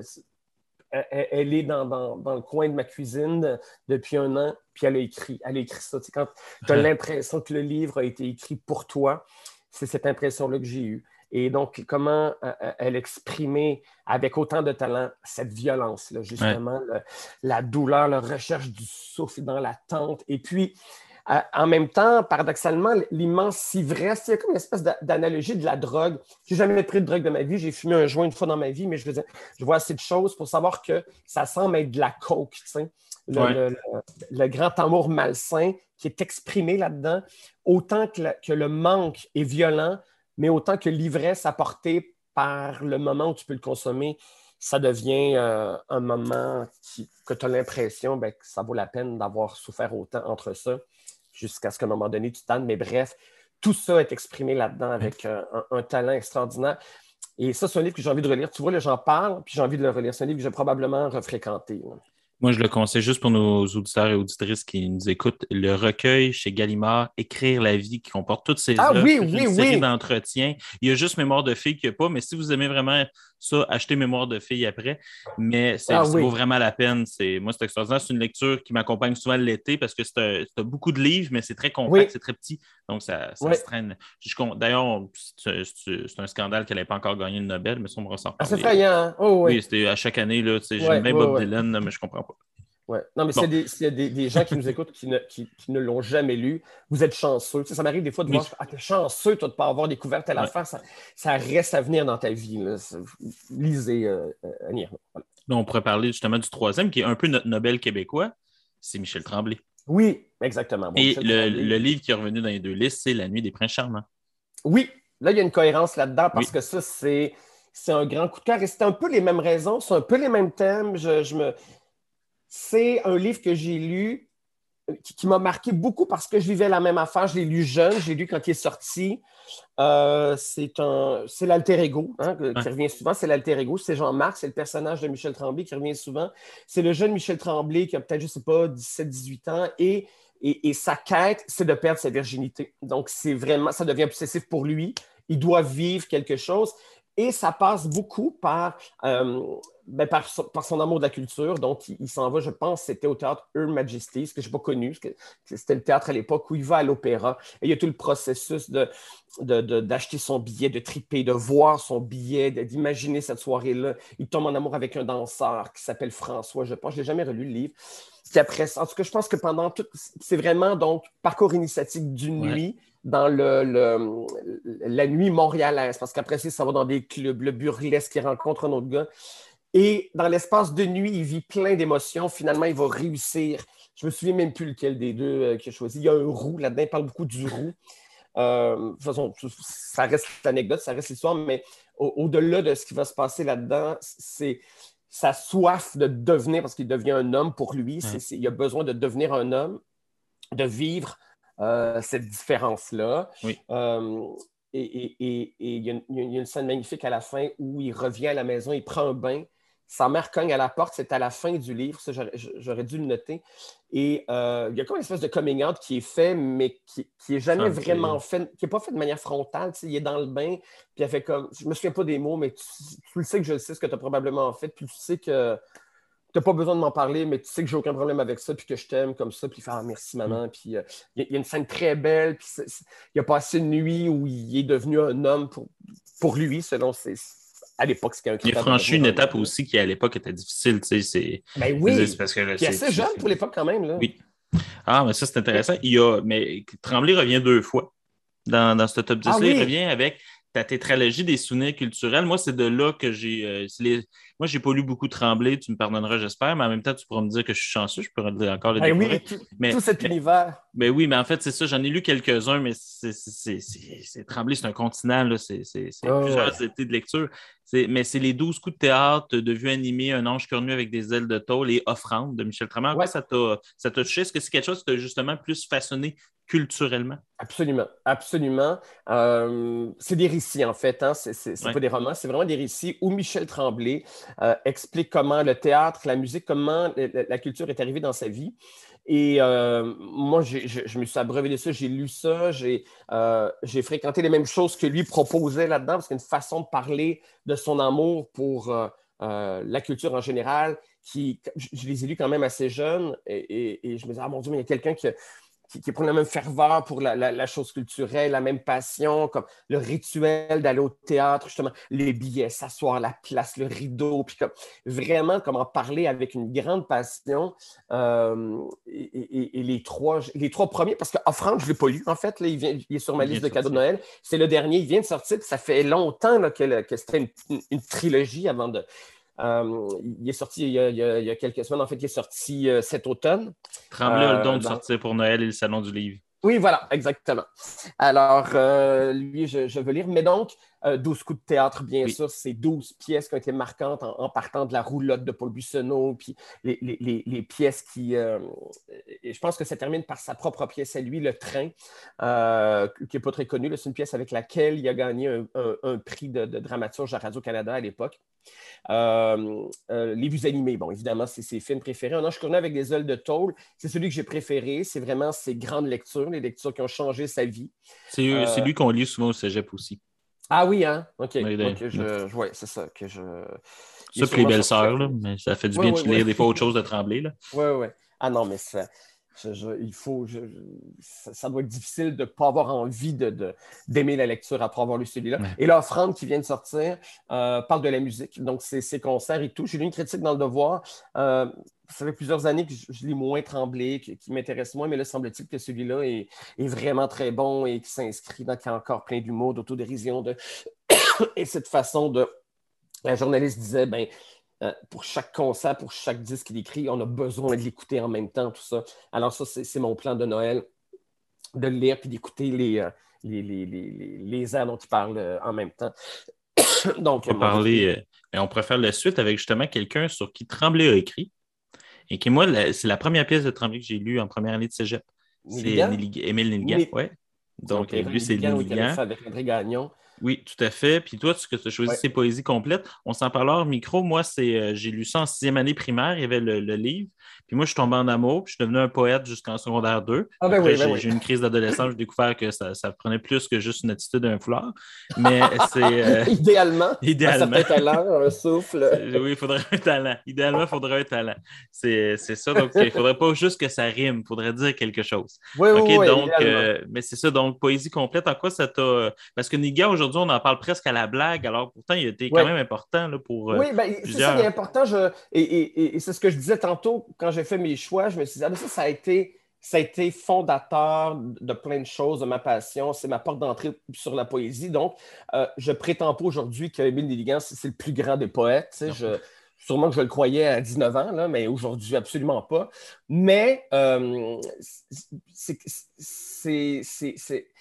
est dans le coin de ma cuisine depuis 1 an, puis elle a écrit ça. Tu sais, quand tu as l'impression que le livre a été écrit pour toi, c'est cette impression-là que j'ai eue. Et donc, comment elle exprimait avec autant de talent cette violence-là, justement, la douleur, la recherche du souffle dans l'attente. Et puis, en même temps, paradoxalement, l'immense ivresse, c'est comme une espèce d'analogie de la drogue. Je n'ai jamais pris de drogue de ma vie. J'ai fumé un joint une fois dans ma vie, mais je vois assez de choses pour savoir que ça semble être de la coke, tu sais. Le grand amour malsain qui est exprimé là-dedans, autant que le manque est violent, mais autant que l'ivresse apportée par le moment où tu peux le consommer, ça devient un moment que tu as l'impression que ça vaut la peine d'avoir souffert autant entre ça, jusqu'à ce qu'à un moment donné, tu tannes. Mais bref, tout ça est exprimé là-dedans avec un talent extraordinaire. Et ça, c'est un livre que j'ai envie de relire. Tu vois, là, j'en parle, puis j'ai envie de le relire. C'est un livre que j'ai probablement refréquenté. Moi, je le conseille juste pour nos auditeurs et auditrices qui nous écoutent. Le recueil chez Gallimard, Écrire la vie, qui comporte toutes ces œuvres, une série d'entretiens. Il y a juste Mémoire de fille qu'il n'y a pas, mais si vous aimez vraiment ça, achetez Mémoire de fille après. Mais ça vaut vraiment la peine. Moi, c'est extraordinaire. C'est une lecture qui m'accompagne souvent l'été parce que c'est beaucoup de livres, mais c'est très compact, c'est très petit. Donc, ça se traîne. D'ailleurs, c'est un scandale qu'elle n'ait pas encore gagné le Nobel, mais ça, on me ressent. C'est effrayant. Oui, c'était à chaque année. J'aime bien Bob Dylan, mais je ne comprends pas. Ouais. Non, mais s'il y a des gens qui nous écoutent qui ne l'ont jamais lu, vous êtes chanceux. Tu sais, ça m'arrive des fois de voir, t'es chanceux toi, de ne pas avoir découvert telle affaire. Ça reste à venir dans ta vie. Là. Lisez Annie Ernaux. Voilà. Là, on pourrait parler justement du troisième, qui est un peu notre Nobel québécois. C'est Michel Tremblay. Oui, exactement. Bon, et le livre qui est revenu dans les 2 listes, c'est La Nuit des Princes Charmants. Oui, là, il y a une cohérence là-dedans parce que ça, c'est un grand coup de cœur. Et c'est un peu les mêmes raisons, c'est un peu les mêmes thèmes. C'est un livre que j'ai lu qui m'a marqué beaucoup parce que je vivais la même affaire. Je l'ai lu jeune, je l'ai lu quand il est sorti. C'est l'alter ego qui revient souvent. C'est l'alter ego, c'est Jean-Marc, c'est le personnage de Michel Tremblay qui revient souvent. C'est le jeune Michel Tremblay qui a peut-être, je ne sais pas, 17-18 ans et sa quête, c'est de perdre sa virginité. Donc, c'est vraiment, ça devient obsessif pour lui. Il doit vivre quelque chose. Et ça passe beaucoup par son amour de la culture. Donc, il s'en va, je pense, c'était au théâtre Her Majesty, ce que je n'ai pas connu. C'était le théâtre à l'époque où il va à l'opéra. Et il y a tout le processus d'acheter son billet, de triper, de voir son billet, d'imaginer cette soirée-là. Il tombe en amour avec un danseur qui s'appelle François, je pense. Je n'ai jamais relu le livre. Puis après, en tout cas, je pense que pendant tout... C'est vraiment, donc, parcours initiatique d'une nuit dans la nuit montréalaise, parce qu'après ça va dans des clubs, le burlesque, il rencontre un autre gars. Et dans l'espace de nuit, il vit plein d'émotions. Finalement, il va réussir. Je me souviens même plus lequel des deux qu'il a choisi. Il y a un roux là-dedans, il parle beaucoup du roux. De toute façon, ça reste l'anecdote, ça reste l'histoire, mais au-delà de ce qui va se passer là-dedans, c'est sa soif de devenir, parce qu'il devient un homme pour lui, il a besoin de devenir un homme, de vivre cette différence-là. Oui. Et il y a une scène magnifique à la fin où il revient à la maison, il prend un bain. Sa mère cogne à la porte, c'est à la fin du livre, ça j'aurais dû le noter. Et il y a comme une espèce de coming out qui est fait, mais qui est jamais vraiment fait, qui n'est pas fait de manière frontale. Il est dans le bain, puis elle fait comme, je me souviens pas des mots, mais tu le sais que je le sais ce que tu as probablement fait, puis tu sais que tu n'as pas besoin de m'en parler, mais tu sais que j'ai aucun problème avec ça, puis que je t'aime comme ça, puis il fait merci maman. Puis il y a une scène très belle, puis il a passé une nuit où il est devenu un homme pour lui, selon ses. À l'époque, c'était un critère. Il a franchi une étape aussi qui, à l'époque, était difficile. Tu sais, ben oui, c'est parce que là, puis assez jeune pour l'époque quand même. Là. Oui. Ah, mais ça, c'est intéressant. Mais Tremblay revient 2 fois dans ce top 10-là. Il revient avec ta tétralogie des souvenirs culturels. Moi, c'est de là que j'ai... Moi, j'ai pas lu beaucoup Tremblay, tu me pardonneras, j'espère, mais en même temps, tu pourras me dire que je suis chanceux, je pourrais encore le découvrir. Oui, tout cet univers. Ben oui, mais en fait, c'est ça, j'en ai lu quelques-uns, mais Tremblay, c'est un continent, là, c'est plusieurs étés de lecture. Mais c'est les 12 coups de théâtre de vue animée, Un ange cornu avec des ailes de tôle et Offrande de Michel Tremblay. Ouais. Ça t'a touché? Est-ce que c'est quelque chose qui t'a justement plus façonné culturellement? Absolument, absolument. C'est des récits, en fait. Hein? C'est pas des romans, c'est vraiment des récits où Michel Tremblay explique comment le théâtre, la musique, comment la culture est arrivée dans sa vie. Et moi, je me suis abreuvé de ça, j'ai lu ça, j'ai fréquenté les mêmes choses que lui proposait là-dedans, parce qu'il y a une façon de parler de son amour pour la culture en général, je les ai lus quand même assez jeunes, et je me disais, ah mon Dieu, mais il y a quelqu'un qui prend la même ferveur pour la chose culturelle, la même passion, comme le rituel d'aller au théâtre, justement, les billets, s'asseoir, la place, le rideau, puis vraiment comment parler avec une grande passion. Et les trois premiers, parce que Offrande, je ne l'ai pas lu, en fait, là, il est sur ma liste de cadeaux de Noël. C'est le dernier, il vient de sortir, puis ça fait longtemps là, que c'était une trilogie avant de... il est sorti il y a quelques semaines. En fait, il est sorti cet automne. Tremblay a le don de sortir pour Noël et le Salon du Livre. Oui, voilà, exactement. Alors, lui, je veux lire. Mais donc, 12 coups de théâtre, bien sûr, c'est 12 pièces qui ont été marquantes en partant de La Roulotte de Paul Buissonneau, puis les pièces qui... je pense que ça termine par sa propre pièce à lui, Le Train, qui n'est pas très connue. C'est une pièce avec laquelle il a gagné un prix de dramaturge à Radio-Canada à l'époque. Les vues animées, bon, évidemment, c'est ses films préférés. Un ange cornu avec des ailes de tôle, c'est celui que j'ai préféré. C'est vraiment ses grandes lectures, les lectures qui ont changé sa vie. C'est lui qu'on lit souvent au cégep aussi. Ah oui, hein? OK. Oui, c'est ça. Ça, puis Les Belles Sœurs, là, mais ça fait du bien de lire des fois autre chose de Tremblay. Oui. Ah non, mais ça... ça doit être difficile de ne pas avoir envie d'aimer la lecture après avoir lu celui-là. Ouais. Et là, Offrande, qui vient de sortir, parle de la musique, donc ses concerts et tout. J'ai lu une critique dans Le Devoir. Ça fait plusieurs années que je lis moins Tremblay, qui m'intéresse moins, mais là, semble-t-il que celui-là est vraiment très bon et qui s'inscrit dans, qui a encore plein d'humour, d'autodérision. Et cette façon de... La journaliste disait, pour chaque concert, pour chaque disque qu'il écrit, on a besoin de l'écouter en même temps, tout ça. Alors ça, c'est mon plan de Noël, de le lire puis d'écouter les airs dont il parle en même temps. Donc, on pourrait faire la suite avec justement quelqu'un sur qui Tremblay a écrit et qui, moi, c'est la première pièce de Tremblay que j'ai lue en première année de cégep. C'est Émile Nelligan, oui. Donc, lui, c'est Nelligan. Avec André Gagnon. Oui, tout à fait. Puis toi, ce que tu as choisi, c'est Poésie complète. On s'en parle hors micro. Moi, j'ai lu ça en 6e année primaire. Il y avait le livre. Puis moi, je suis tombé en amour. Puis je suis devenu un poète jusqu'en secondaire 2. Après, j'ai eu une crise d'adolescence. J'ai découvert que ça prenait plus que juste une attitude et un foulard. Mais c'est... Idéalement. Un certain talent, un souffle. Oui, il faudrait un talent. Idéalement, il faudrait un talent. C'est ça. Donc, il ne faudrait pas juste que ça rime. Il faudrait dire quelque chose. Oui, donc, mais c'est ça. Donc, Poésie complète, en quoi ça t'a... Parce que Niga, aujourd'hui, on en parle presque à la blague. Alors, pourtant, il était quand même important là, pour oui, c'est ça, il est important. Et c'est ce que je disais tantôt quand j'ai fait mes choix. Je me suis dit, ça a été fondateur de plein de choses, de ma passion. C'est ma porte d'entrée sur la poésie. Donc, je prétends pas aujourd'hui qu'Émile Nelligan, c'est le plus grand des poètes. Sûrement que je le croyais à 19 ans, là, mais aujourd'hui, absolument pas. Mais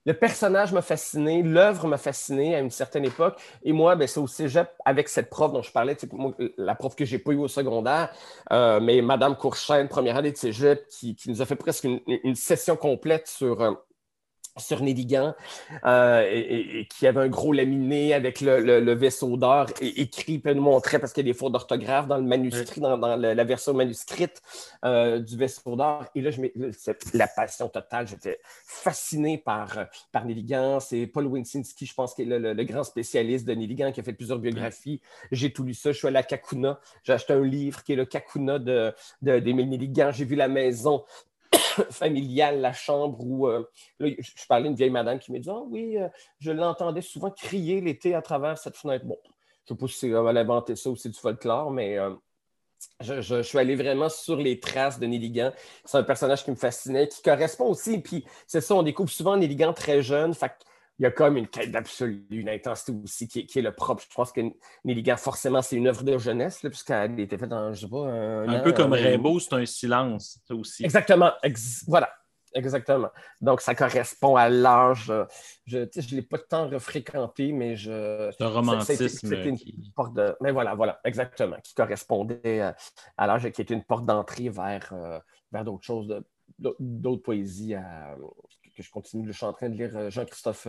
Le personnage m'a fasciné, l'œuvre m'a fasciné à une certaine époque. Et moi, ben, c'est au cégep avec cette prof dont je parlais, moi, la prof que je n'ai pas eue au secondaire, mais Madame Courchaine, première année de cégep, qui nous a fait presque une session complète sur Néligan, et qui avait un gros laminé avec le vaisseau d'or écrit, puis elle nous montrait, parce qu'il y a des fautes d'orthographe dans le manuscrit, dans la version manuscrite du vaisseau d'or. Et là, c'est la passion totale. J'étais fasciné par Néligan. C'est Paul Winsinski, je pense, qui est le grand spécialiste de Néligan, qui a fait plusieurs biographies. J'ai tout lu ça. Je suis allé à Kakuna. J'ai acheté un livre qui est le Kakuna d'Émile Néligan. J'ai vu la maison familiale, la chambre où là, je parlais à une vieille madame qui m'a dit « Ah oui, je l'entendais souvent crier l'été à travers cette fenêtre. » Bon, je ne sais pas si elle a inventé ça ou c'est du folklore, mais je suis allé vraiment sur les traces de Néligan. C'est un personnage qui me fascinait, qui correspond aussi. Puis c'est ça, on découvre souvent Néligan très jeune. Fait il y a comme une quête d'absolu, une intensité aussi qui est le propre. Je pense que Néligan, forcément, c'est une œuvre de jeunesse, puisqu'elle a été faite dans, je sais pas, un peu comme Rimbaud, c'est un silence, ça aussi. Exactement. Voilà. Exactement. Donc, ça correspond à l'âge. Je ne l'ai pas tant refréquenté, mais c'est un romantisme. C'était une porte de... Mais voilà, exactement. Qui correspondait à l'âge, qui était une porte d'entrée vers d'autres choses, d'autres poésies que je continue. Je suis en train de lire Jean-Christophe...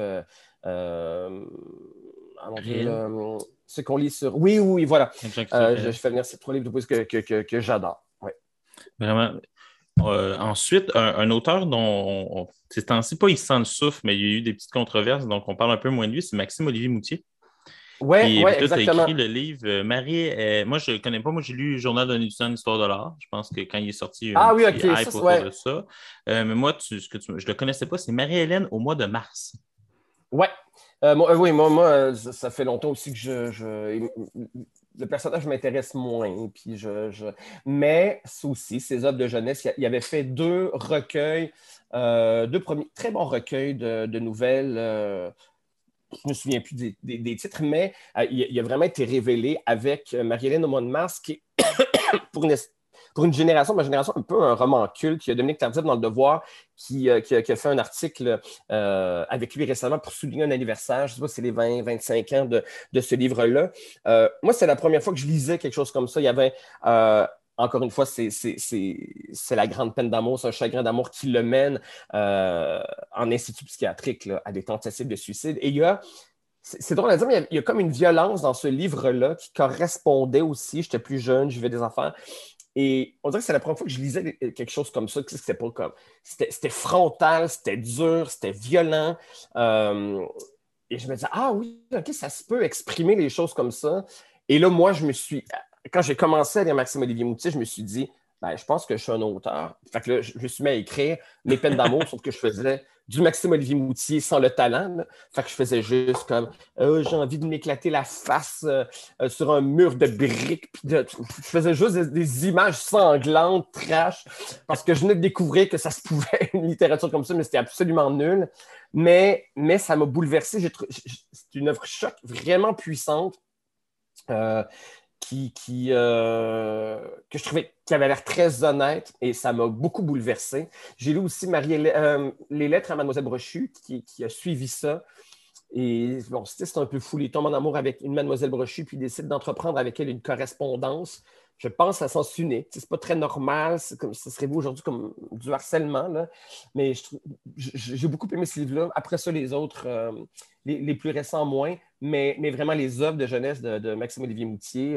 ce qu'on lit sur... Oui, voilà. Je fais venir ces 3 livres de poésie que j'adore. Ouais. Vraiment... ensuite, un auteur dont ces temps-ci, pas il sent le souffle, mais il y a eu des petites controverses, donc on parle un peu moins de lui, c'est Maxime-Olivier Moutier. Oui, exactement. Tu as écrit le livre Marie. Moi, je ne le connais pas. Moi, j'ai lu le Journal d'un étudiant en histoire de l'art. Je pense que quand il est sorti, il y a un petit hype autour de ça. Mais moi, je ne le connaissais pas. C'est Marie-Hélène au mois de mars. Ouais. Moi, ça fait longtemps aussi que le personnage m'intéresse moins. Puis Mais aussi, ses œuvres de jeunesse, il avait fait 2 recueils, 2 premiers très bons recueils de nouvelles. Je ne me souviens plus des titres, mais il a vraiment été révélé avec Marie-Hélène au mois de mars, qui est pour une génération, ma génération, un peu un roman culte. Il y a Dominique Tardif dans Le Devoir qui a fait un article avec lui récemment pour souligner un anniversaire. Je ne sais pas si c'est les 20-25 ans de ce livre-là. Moi, c'est la première fois que je lisais quelque chose comme ça. Il y avait... encore une fois, c'est la grande peine d'amour, c'est un chagrin d'amour qui le mène en institut psychiatrique là, à des tentatives de suicide. Et c'est drôle à dire, mais il y a comme une violence dans ce livre-là qui correspondait aussi. J'étais plus jeune, je vivais des affaires. Et on dirait que c'est la première fois que je lisais quelque chose comme ça. C'était pas comme... C'était frontal, c'était dur, c'était violent. Et je me disais, ah oui, OK, ça se peut exprimer les choses comme ça. Et là, moi, quand j'ai commencé à lire Maxime-Olivier Moutier, je me suis dit, je pense que je suis un auteur. Fait que là, je me suis mis à écrire mes peines d'amour, sauf que je faisais du Maxime-Olivier Moutier sans le talent. Là. Fait que je faisais juste comme, j'ai envie de m'éclater la face sur un mur de briques. Je faisais juste des images sanglantes, trash, parce que je venais de découvrir que ça se pouvait, une littérature comme ça, mais c'était absolument nul. Mais ça m'a bouleversé. C'est une œuvre choc vraiment puissante. Que je trouvais qui avait l'air très honnête et ça m'a beaucoup bouleversé. J'ai lu aussi Les lettres à Mademoiselle Brochu qui a suivi ça. Et bon, c'est un peu fou. Il tombe en amour avec une Mademoiselle Brochu puis il décide d'entreprendre avec elle une correspondance. Je pense à sens unique. C'est pas très normal. Ce serait vu aujourd'hui comme du harcèlement. Là. Mais j'ai beaucoup aimé ce livre-là. Après ça, les autres, les plus récents, moins. Mais vraiment, les œuvres de jeunesse de Maxime-Olivier Moutier,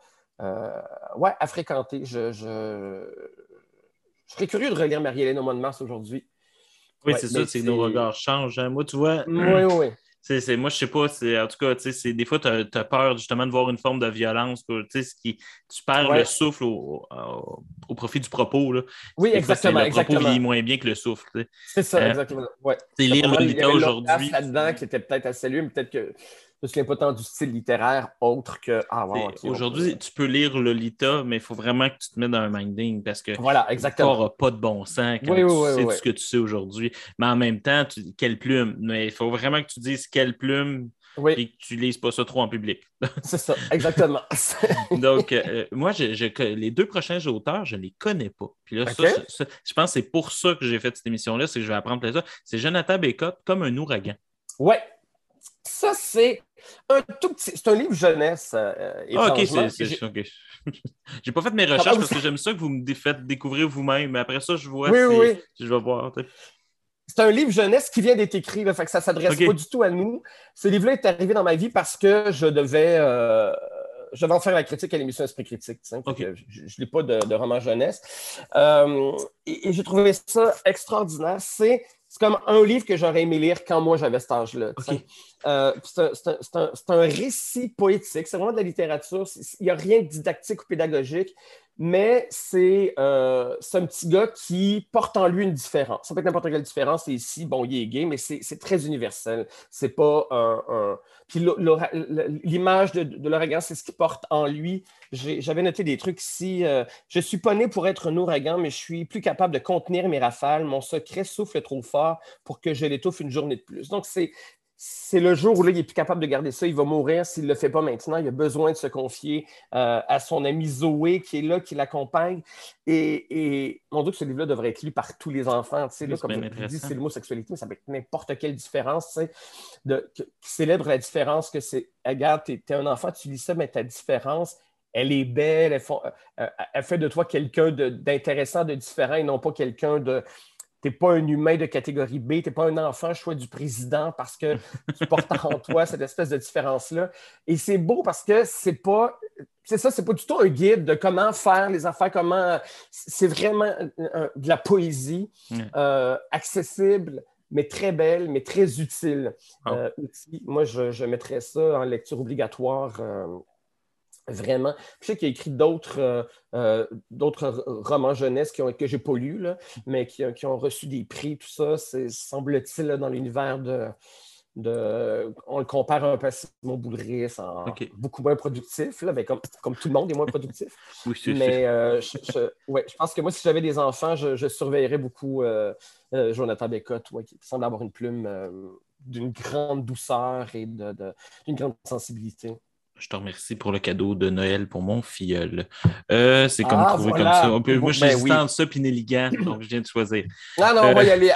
à fréquenter. Je serais curieux de relire Marie-Hélène au mois de mars aujourd'hui. Oui, c'est ça, c'est que nos regards changent. Hein. Moi, tu vois... Oui. Moi, je sais pas, en tout cas, des fois, tu as peur justement de voir une forme de violence, tu perds le souffle au profit du propos. Là. Oui, exactement. Le propos vieillit moins bien que le souffle. T'sais. C'est ça, exactement. Ouais. C'est lire Lolita aujourd'hui. Il y avait là-dedans qui était peut-être assez lui, mais peut-être que je ne me souviens pas tant du style littéraire autre que... Aujourd'hui, tu peux lire Lolita, mais il faut vraiment que tu te mettes dans un minding parce que voilà, exactement. le corps n'a pas de bon sens quand tu sais ce que tu sais aujourd'hui. Mais en même temps, quelle plume? Mais il faut vraiment que tu dises quelle plume et que tu lises pas ça trop en public. C'est ça, exactement. Donc, moi, les 2 prochains auteurs, je ne les connais pas. Puis là, je pense que c'est pour ça que j'ai fait cette émission-là, c'est que je vais apprendre plein de ça. C'est Jonathan Bécotte, Comme un ouragan. Ouais. Ça, c'est c'est un livre jeunesse. OK, OK. J'ai pas fait mes recherches parce que j'aime ça que vous me faites découvrir vous-même, mais après ça, je vois si je vais voir. C'est un livre jeunesse qui vient d'être écrit, là, fait que ça ne s'adresse pas du tout à nous. Ce livre-là est arrivé dans ma vie parce que je devais en faire la critique à l'émission Esprit Critique. Je ne lis pas de roman jeunesse. Et j'ai trouvé ça extraordinaire. C'est comme un livre que j'aurais aimé lire quand moi j'avais cet âge-là. C'est un récit poétique, c'est vraiment de la littérature. Il n'y a rien de didactique ou pédagogique, mais c'est un petit gars qui porte en lui une différence. Ça peut être n'importe quelle différence, et ici, bon, il est gay, mais c'est très universel. C'est pas un... Puis l'image de l'ouragan, c'est ce qu'il porte en lui. J'avais noté des trucs ici. Je suis pas né pour être un ouragan, mais je suis plus capable de contenir mes rafales. Mon secret souffle trop fort pour que je l'étouffe une journée de plus. Donc, c'est le jour où là, il n'est plus capable de garder ça. Il va mourir s'il ne le fait pas maintenant. Il a besoin de se confier à son ami Zoé qui est là, qui l'accompagne. Et mon Dieu, que ce livre-là devrait être lu par tous les enfants. Tu sais, là, comme je dis, c'est l'homosexualité, mais ça peut être n'importe quelle différence. Tu sais, qui célèbre la différence que c'est. Regarde, tu es un enfant, tu lis ça, mais ta différence, elle est belle. Elle fait de toi quelqu'un d'intéressant, de différent et non pas quelqu'un de... Tu n'es pas un humain de catégorie B, tu n'es pas un enfant choix du président parce que tu portes en toi cette espèce de différence-là. Et c'est beau parce que c'est pas du tout un guide de comment faire les affaires, c'est vraiment de la poésie accessible, mais très belle, mais très utile. Moi, je mettrais ça en lecture obligatoire. Vraiment. Je sais qu'il a écrit d'autres romans jeunesse que je n'ai pas lus, là, mais qui ont reçu des prix, tout ça. Semble-t-il, dans l'univers on le compare un peu à Simon Boulris, beaucoup moins productif, là, mais comme tout le monde est moins productif. Oui, mais je pense que moi, si j'avais des enfants, je surveillerais beaucoup Jonathan Bécotte, qui semble avoir une plume d'une grande douceur et d'une grande sensibilité. Je te remercie pour le cadeau de Noël pour mon filleul. C'est comme trouver comme ça. Moi, je suis entre ça et Nelligan, donc je viens de choisir. Non, on va y aller.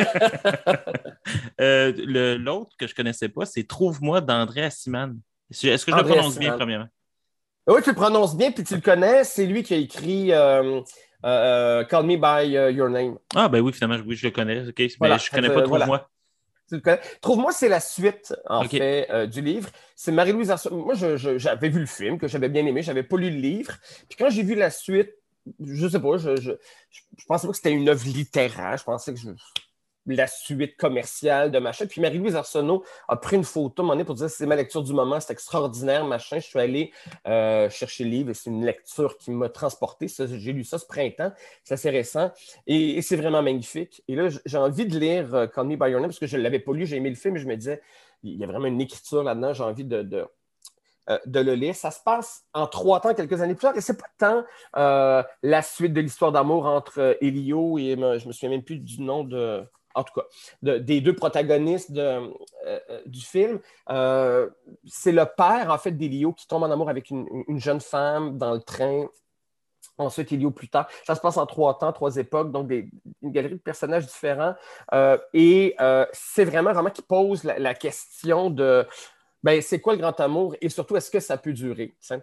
L'autre que je ne connaissais pas, c'est Trouve-moi d'André Assiman. Est-ce que je le prononce bien, premièrement? Oui, tu le prononces bien, puis tu le connais. C'est lui qui a écrit Call Me By Your Name. Ah, ben oui, finalement, oui, je le connais. Okay. Voilà, mais je ne connais pas Trouve-moi. Voilà. Trouve-moi, c'est la suite, en fait, du livre. C'est Marie-Louise Arsenault. Moi, j'avais vu le film, que j'avais bien aimé. Je n'avais pas lu le livre. Puis quand j'ai vu la suite, je ne sais pas, je pensais pas que c'était une œuvre littéraire. Je pensais que la suite commerciale de machin. Puis Marie-Louise Arsenault a pris une photo à un moment donné pour dire c'est ma lecture du moment, c'est extraordinaire, machin. Je suis allé chercher le livre et c'est une lecture qui m'a transporté. J'ai lu ça ce printemps, c'est assez récent et c'est vraiment magnifique. Et là, j'ai envie de lire Call Me By Your Name parce que je ne l'avais pas lu, j'ai aimé le film et je me disais, il y a vraiment une écriture là-dedans, j'ai envie de le lire. Ça se passe en 3 temps, quelques années plus tard, et c'est pas tant la suite de l'histoire d'amour entre Elio et je me souviens même plus du nom en tout cas, des 2 protagonistes du film. C'est le père, en fait, d'Elio qui tombe en amour avec une jeune femme dans le train. Ensuite, Elio plus tard. Ça se passe en 3 temps, 3 époques, donc une galerie de personnages différents. Et c'est vraiment un roman qui pose la question de c'est quoi le grand amour et surtout, est-ce que ça peut durer? Ça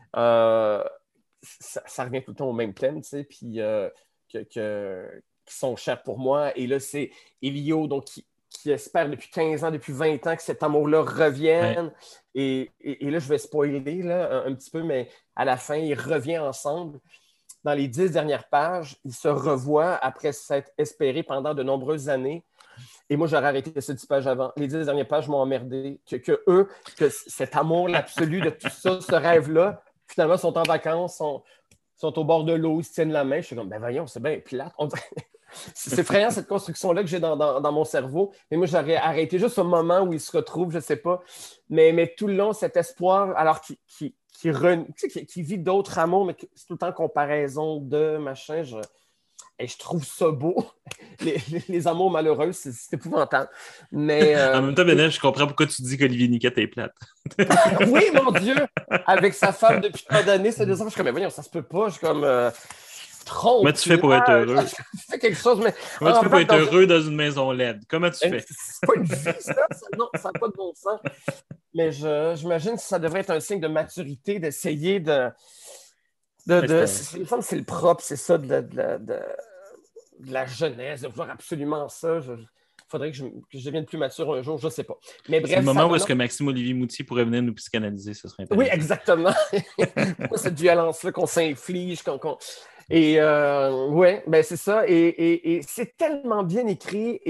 revient tout le temps au même thème, tu sais, puis qui sont chers pour moi. Et là, c'est Elio donc, qui espère depuis 15 ans, depuis 20 ans que cet amour-là revienne. Ouais. Et là, je vais spoiler là, un petit peu, mais à la fin, ils reviennent ensemble. Dans les 10 dernières pages, ils se revoient après s'être espérés pendant de nombreuses années. Et moi, j'aurais arrêté ces 10 pages avant. Les 10 dernières pages m'ont emmerdé. Que cet amour absolu de tout ça, ce rêve-là, finalement, sont en vacances, sont au bord de l'eau, ils se tiennent la main. Je suis comme, voyons, c'est bien plate. C'est effrayant cette construction-là que j'ai dans mon cerveau. Mais moi, j'aurais arrêté juste au moment où ils se retrouvent, je ne sais pas. Mais tout le long, cet espoir, alors qui vit d'autres amours, mais c'est tout le temps comparaison de machin. Et je trouve ça beau. Les amours malheureux, c'est épouvantable. Mais, en même temps, Benel, je comprends pourquoi tu dis qu'Olivier Niquette est plate. Oui, mon Dieu! Avec sa femme depuis tant d'années, c'est 2 ans. Je suis comme, mais voyons, ça se peut pas. Je suis comme, trompe. Comment tu fais pour être heureux? Je fais quelque chose, mais... Comment tu fais pour être heureux dans une maison LED? Comment tu fais? C'est pas une vie, ça? Non, ça n'a pas de bon sens. Mais j'imagine que ça devrait être un signe de maturité d'essayer de... Il me semble que c'est le propre, c'est ça, de la jeunesse, de vouloir absolument ça. Il faudrait que je devienne plus mature un jour, je ne sais pas. Mais bref, c'est le moment où est-ce que Maxime-Olivier Moutier pourrait venir nous psychanalyser, ce serait intéressant. Oui, exactement. Cette violence-là qu'on s'inflige. Et oui, ben c'est ça. Et c'est tellement bien écrit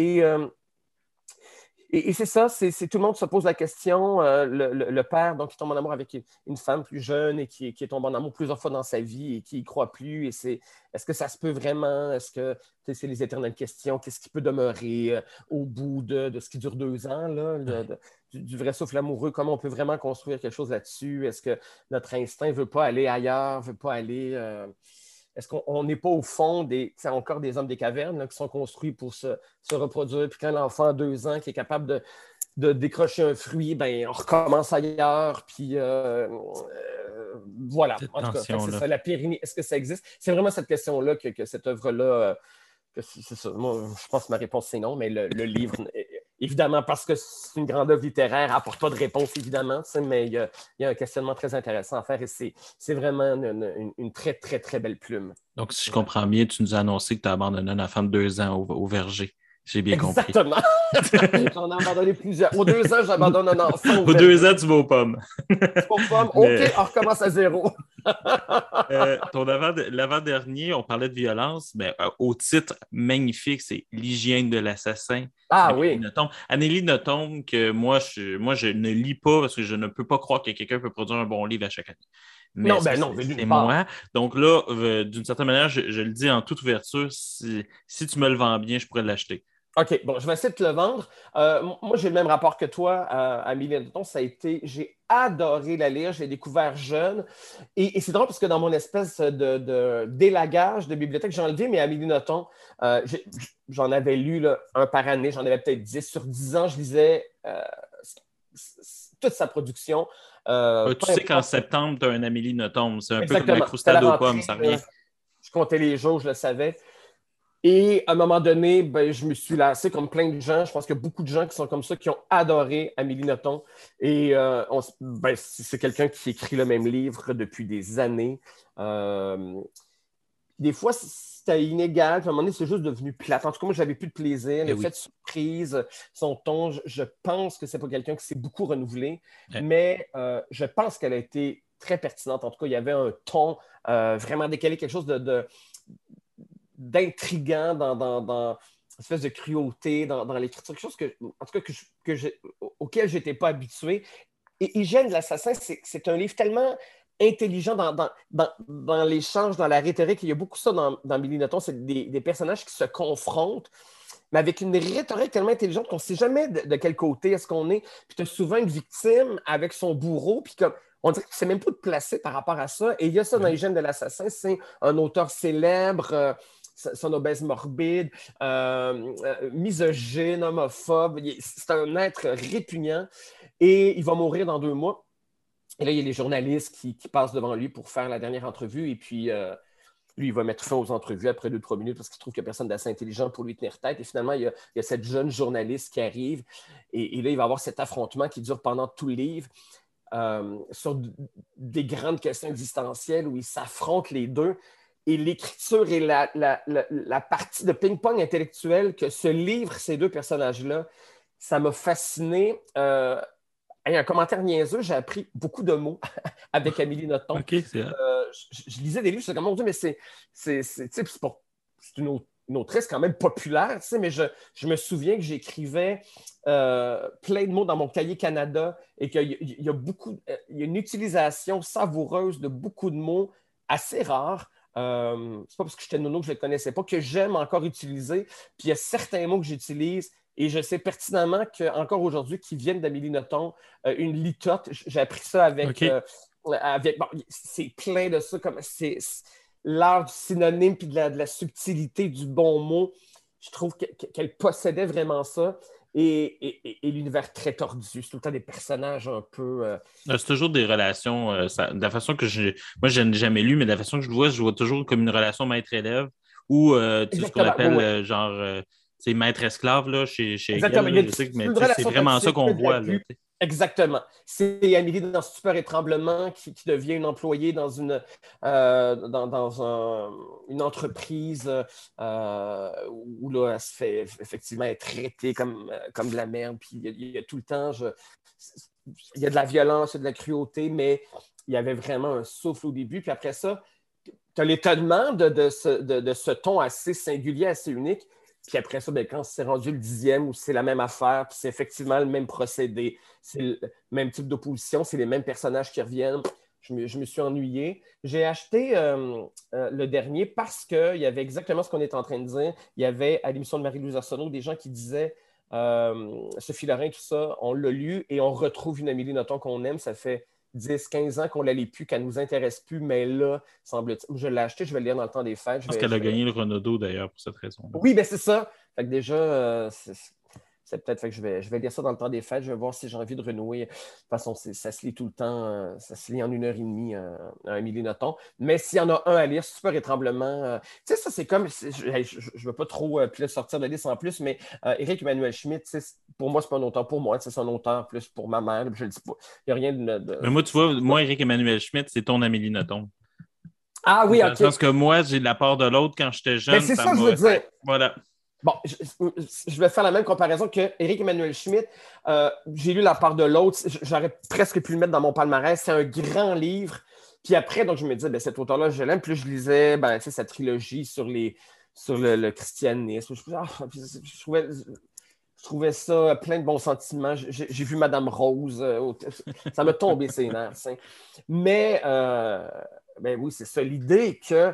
et c'est ça, c'est tout le monde se pose la question. Le père, donc, qui tombe en amour avec une femme plus jeune et qui est tombé en amour plusieurs fois dans sa vie et qui n'y croit plus. Et est-ce que ça se peut vraiment? Est-ce que c'est les éternelles questions? Qu'est-ce qui peut demeurer au bout de ce qui dure 2 ans, là, du vrai souffle amoureux? Comment on peut vraiment construire quelque chose là-dessus? Est-ce que notre instinct ne veut pas aller ailleurs, ne veut pas aller... Est-ce qu'on n'est pas au fond encore des hommes des cavernes là, qui sont construits pour se reproduire? Puis quand l'enfant a 2 ans qui est capable de décrocher un fruit, ben on recommence ailleurs. Puis voilà. En tout cas, c'est ça, la périnité. Est-ce que ça existe? C'est vraiment cette question-là que cette œuvre-là... c'est ça. Moi, je pense que ma réponse, c'est non, mais le livre, évidemment, parce que c'est une grande œuvre littéraire, n'apporte pas de réponse, évidemment, mais il y a un questionnement très intéressant à faire et c'est vraiment une très, très, très belle plume. Donc, si je comprends bien, tu nous as annoncé que tu as abandonné un enfant de 2 ans au verger. J'ai bien compris. Exactement. J'en ai abandonné plusieurs. Aux 2 ans, j'abandonne un enfant. Aux 2 ans, tu vas aux pommes. Aux pommes, OK, on recommence à 0. L'avant-dernier, on parlait de violence, mais au titre magnifique, c'est L'hygiène de l'assassin. Ah oui. Annélie Nothomb, que moi, je ne lis pas parce que je ne peux pas croire que quelqu'un peut produire un bon livre à chaque année. Mais non, c'est moi. Donc là, d'une certaine manière, je le dis en toute ouverture, si tu me le vends bien, je pourrais l'acheter. OK, bon, je vais essayer de te le vendre. Moi, j'ai le même rapport que toi, Amélie Nothomb. J'ai adoré la lire, je l'ai découvert jeune. Et c'est drôle parce que dans mon espèce d'élagage de bibliothèque, j'ai enlevé mes Amélie Nothomb. J'en avais lu là, un par année, j'en avais peut-être 10. Sur 10 ans, je lisais toute sa production. Tu sais qu'en septembre, tu as un Amélie Nothomb. C'est un Exactement. peu comme la croustade aux pommes, ça revient. Je comptais les jours, je le savais. Et à un moment donné, ben, je me suis lassé comme plein de gens. Je pense qu'il y a beaucoup de gens qui sont comme ça, qui ont adoré Amélie Nothomb. Et c'est quelqu'un qui écrit le même livre depuis des années. Des fois, c'était inégal. Puis à un moment donné, c'est juste devenu plate. En tout cas, moi, j'avais plus de plaisir. L'effet de surprise, son ton, je pense que c'est pas quelqu'un qui s'est beaucoup renouvelé. Ouais. Mais je pense qu'elle a été très pertinente. En tout cas, il y avait un ton vraiment décalé, quelque chose d'intriguant dans une espèce de cruauté dans l'écriture, quelque chose auquel je n'étais pas habitué. Et Hygiène de l'assassin, c'est un livre tellement intelligent dans l'échange, dans la rhétorique. Il y a beaucoup ça dans Amélie Nothomb, c'est des personnages qui se confrontent, mais avec une rhétorique tellement intelligente qu'on ne sait jamais de quel côté est-ce qu'on est. Puis tu as souvent une victime avec son bourreau, puis comme on dirait que tu ne sais même pas te placer par rapport à ça. Et il y a ça dans Hygiène de l'assassin, c'est un auteur célèbre, son obèse morbide, misogyne, homophobe. C'est un être répugnant et il va mourir dans 2 mois. Et là, il y a les journalistes qui passent devant lui pour faire la dernière entrevue et puis lui, il va mettre fin aux entrevues après 2-3 minutes parce qu'il trouve qu'il n'y a personne d'assez intelligent pour lui tenir tête. Et finalement, il y a cette jeune journaliste qui arrive et là, il va avoir cet affrontement qui dure pendant tout le livre sur des grandes questions existentielles où ils s'affrontent les deux. Et l'écriture et la partie de ping-pong intellectuel que se livrent ces 2 personnages-là, ça m'a fasciné. Un commentaire niaiseux, j'ai appris beaucoup de mots avec Amélie Nothomb. Okay, je lisais des livres, je me disais, mon Dieu, mais c'est une autrice quand même populaire, mais je me souviens que j'écrivais plein de mots dans mon cahier Canada et qu'il y a une utilisation savoureuse de beaucoup de mots assez rares. C'est pas parce que j'étais nono que je ne le connaissais pas, que j'aime encore utiliser. Puis il y a certains mots que j'utilise et je sais pertinemment qu'encore aujourd'hui, qui viennent d'Amélie Nothomb, une litote, j'ai appris ça avec... Okay. bon, c'est plein de ça. l'art du synonyme puis de la subtilité du bon mot. Je trouve qu'elle possédait vraiment ça. Et l'univers très tordu. C'est tout le temps des personnages un peu... C'est toujours des relations... de la façon que moi, je n'ai jamais lu, mais de la façon que je vois toujours comme une relation maître-élève ou ce qu'on appelle c'est maître-esclave là, chez Exactement. Hegel. Je sais que c'est vraiment ça qu'on voit. Là, exactement. C'est Amélie dans Super Étranglement qui devient une employée dans une entreprise où là, elle se fait effectivement être traitée comme de la merde. Puis il y a tout le temps, il y a de la violence, il y a de la cruauté, mais il y avait vraiment un souffle au début. Puis après ça, tu as l'étonnement de ce ton assez singulier, assez unique. Puis après ça, quand c'est rendu le 10e où c'est la même affaire, puis c'est effectivement le même procédé, c'est le même type d'opposition, c'est les mêmes personnages qui reviennent, je me suis ennuyé. J'ai acheté le dernier parce qu'il y avait exactement ce qu'on est en train de dire. Il y avait à l'émission de Marie-Louise Arsenault des gens qui disaient Sophie Lorrain, tout ça, on l'a lu et on retrouve une Amélie Nothomb qu'on aime. Ça fait 10-15 ans qu'on ne la lit plus, qu'elle ne nous intéresse plus, mais là, semble-t-il, je l'ai acheté, je vais le lire dans le temps des fêtes. Je pense qu'elle a gagné le Renaudot, d'ailleurs, pour cette raison. Oui, bien c'est ça. Fait que déjà, c'est peut-être fait que je vais lire ça dans le temps des fêtes. Je vais voir si j'ai envie de renouer. De toute façon, ça se lit tout le temps. Ça se lit en 1h30, un Amélie Nothomb. Mais s'il y en a un à lire, Super Étranglement. Tu sais, ça, c'est comme... Je ne veux pas trop puis là, sortir de la liste en plus, mais Éric Emmanuel Schmitt, pour moi, c'est pas un auteur pour moi. C'est un auteur plus pour ma mère. Je le dis pas. Il n'y a rien de... Mais moi, tu vois, Éric Emmanuel Schmitt, c'est ton Amélie Nothomb. Ah oui, OK. Parce que moi, j'ai de la part de l'autre quand j'étais jeune. Mais c'est ça que je veux dire. Voilà. Bon, je vais faire la même comparaison que Éric Emmanuel Schmitt. J'ai lu La part de l'autre. J'aurais presque pu le mettre dans mon palmarès. C'est un grand livre. Puis après, donc, je me disais, cet auteur-là, je l'aime. Puis je lisais sa trilogie sur le christianisme. Je trouvais ça plein de bons sentiments. J'ai vu Madame Rose. Ça m'a tombé ses nerfs. Mais... oui, c'est ça. L'idée que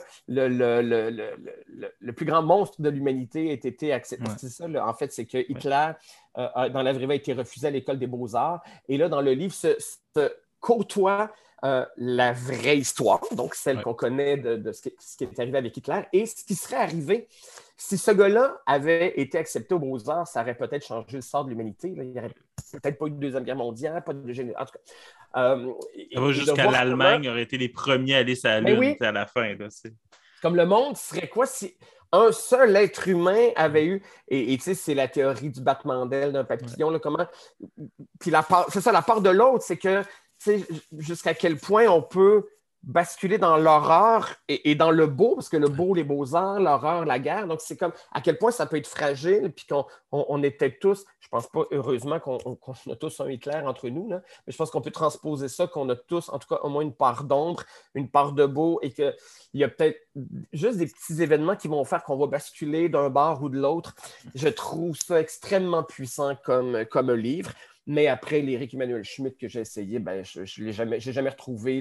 le plus grand monstre de l'humanité ait été accepté. Ouais. C'est ça, en fait, c'est que Hitler, dans la vraie vie, a été refusé à l'École des Beaux-Arts. Et là, dans le livre, se côtoie la vraie histoire, donc celle qu'on connaît de ce qui est arrivé avec Hitler, et ce qui serait arrivé si ce gars-là avait été accepté aux Beaux-Arts, ça aurait peut-être changé le sort de l'humanité. Là. Il n'y aurait peut-être pas eu de Deuxième Guerre mondiale, pas de génération. En tout cas. Ça va jusqu'à l'Allemagne aurait été les premiers à aller sur la Lune à la fin. Là, comme le monde serait quoi si un seul être humain avait eu... Et tu sais, c'est la théorie du battement d'aile d'un papillon. Là, comment... Puis c'est ça, la part de l'autre, c'est que jusqu'à quel point on peut basculer dans l'horreur et dans le beau, parce que le beau, les beaux-arts, l'horreur, la guerre, donc c'est comme à quel point ça peut être fragile, puis qu'on est peut-être tous, je pense pas, heureusement qu'on a tous un Hitler entre nous, là, mais je pense qu'on peut transposer ça, qu'on a tous, en tout cas, au moins une part d'ombre, une part de beau, et qu'il y a peut-être juste des petits événements qui vont faire qu'on va basculer d'un bord ou de l'autre. Je trouve ça extrêmement puissant comme livre. Mais après l'Éric Emmanuel Schmitt que j'ai essayé, je n'ai jamais retrouvé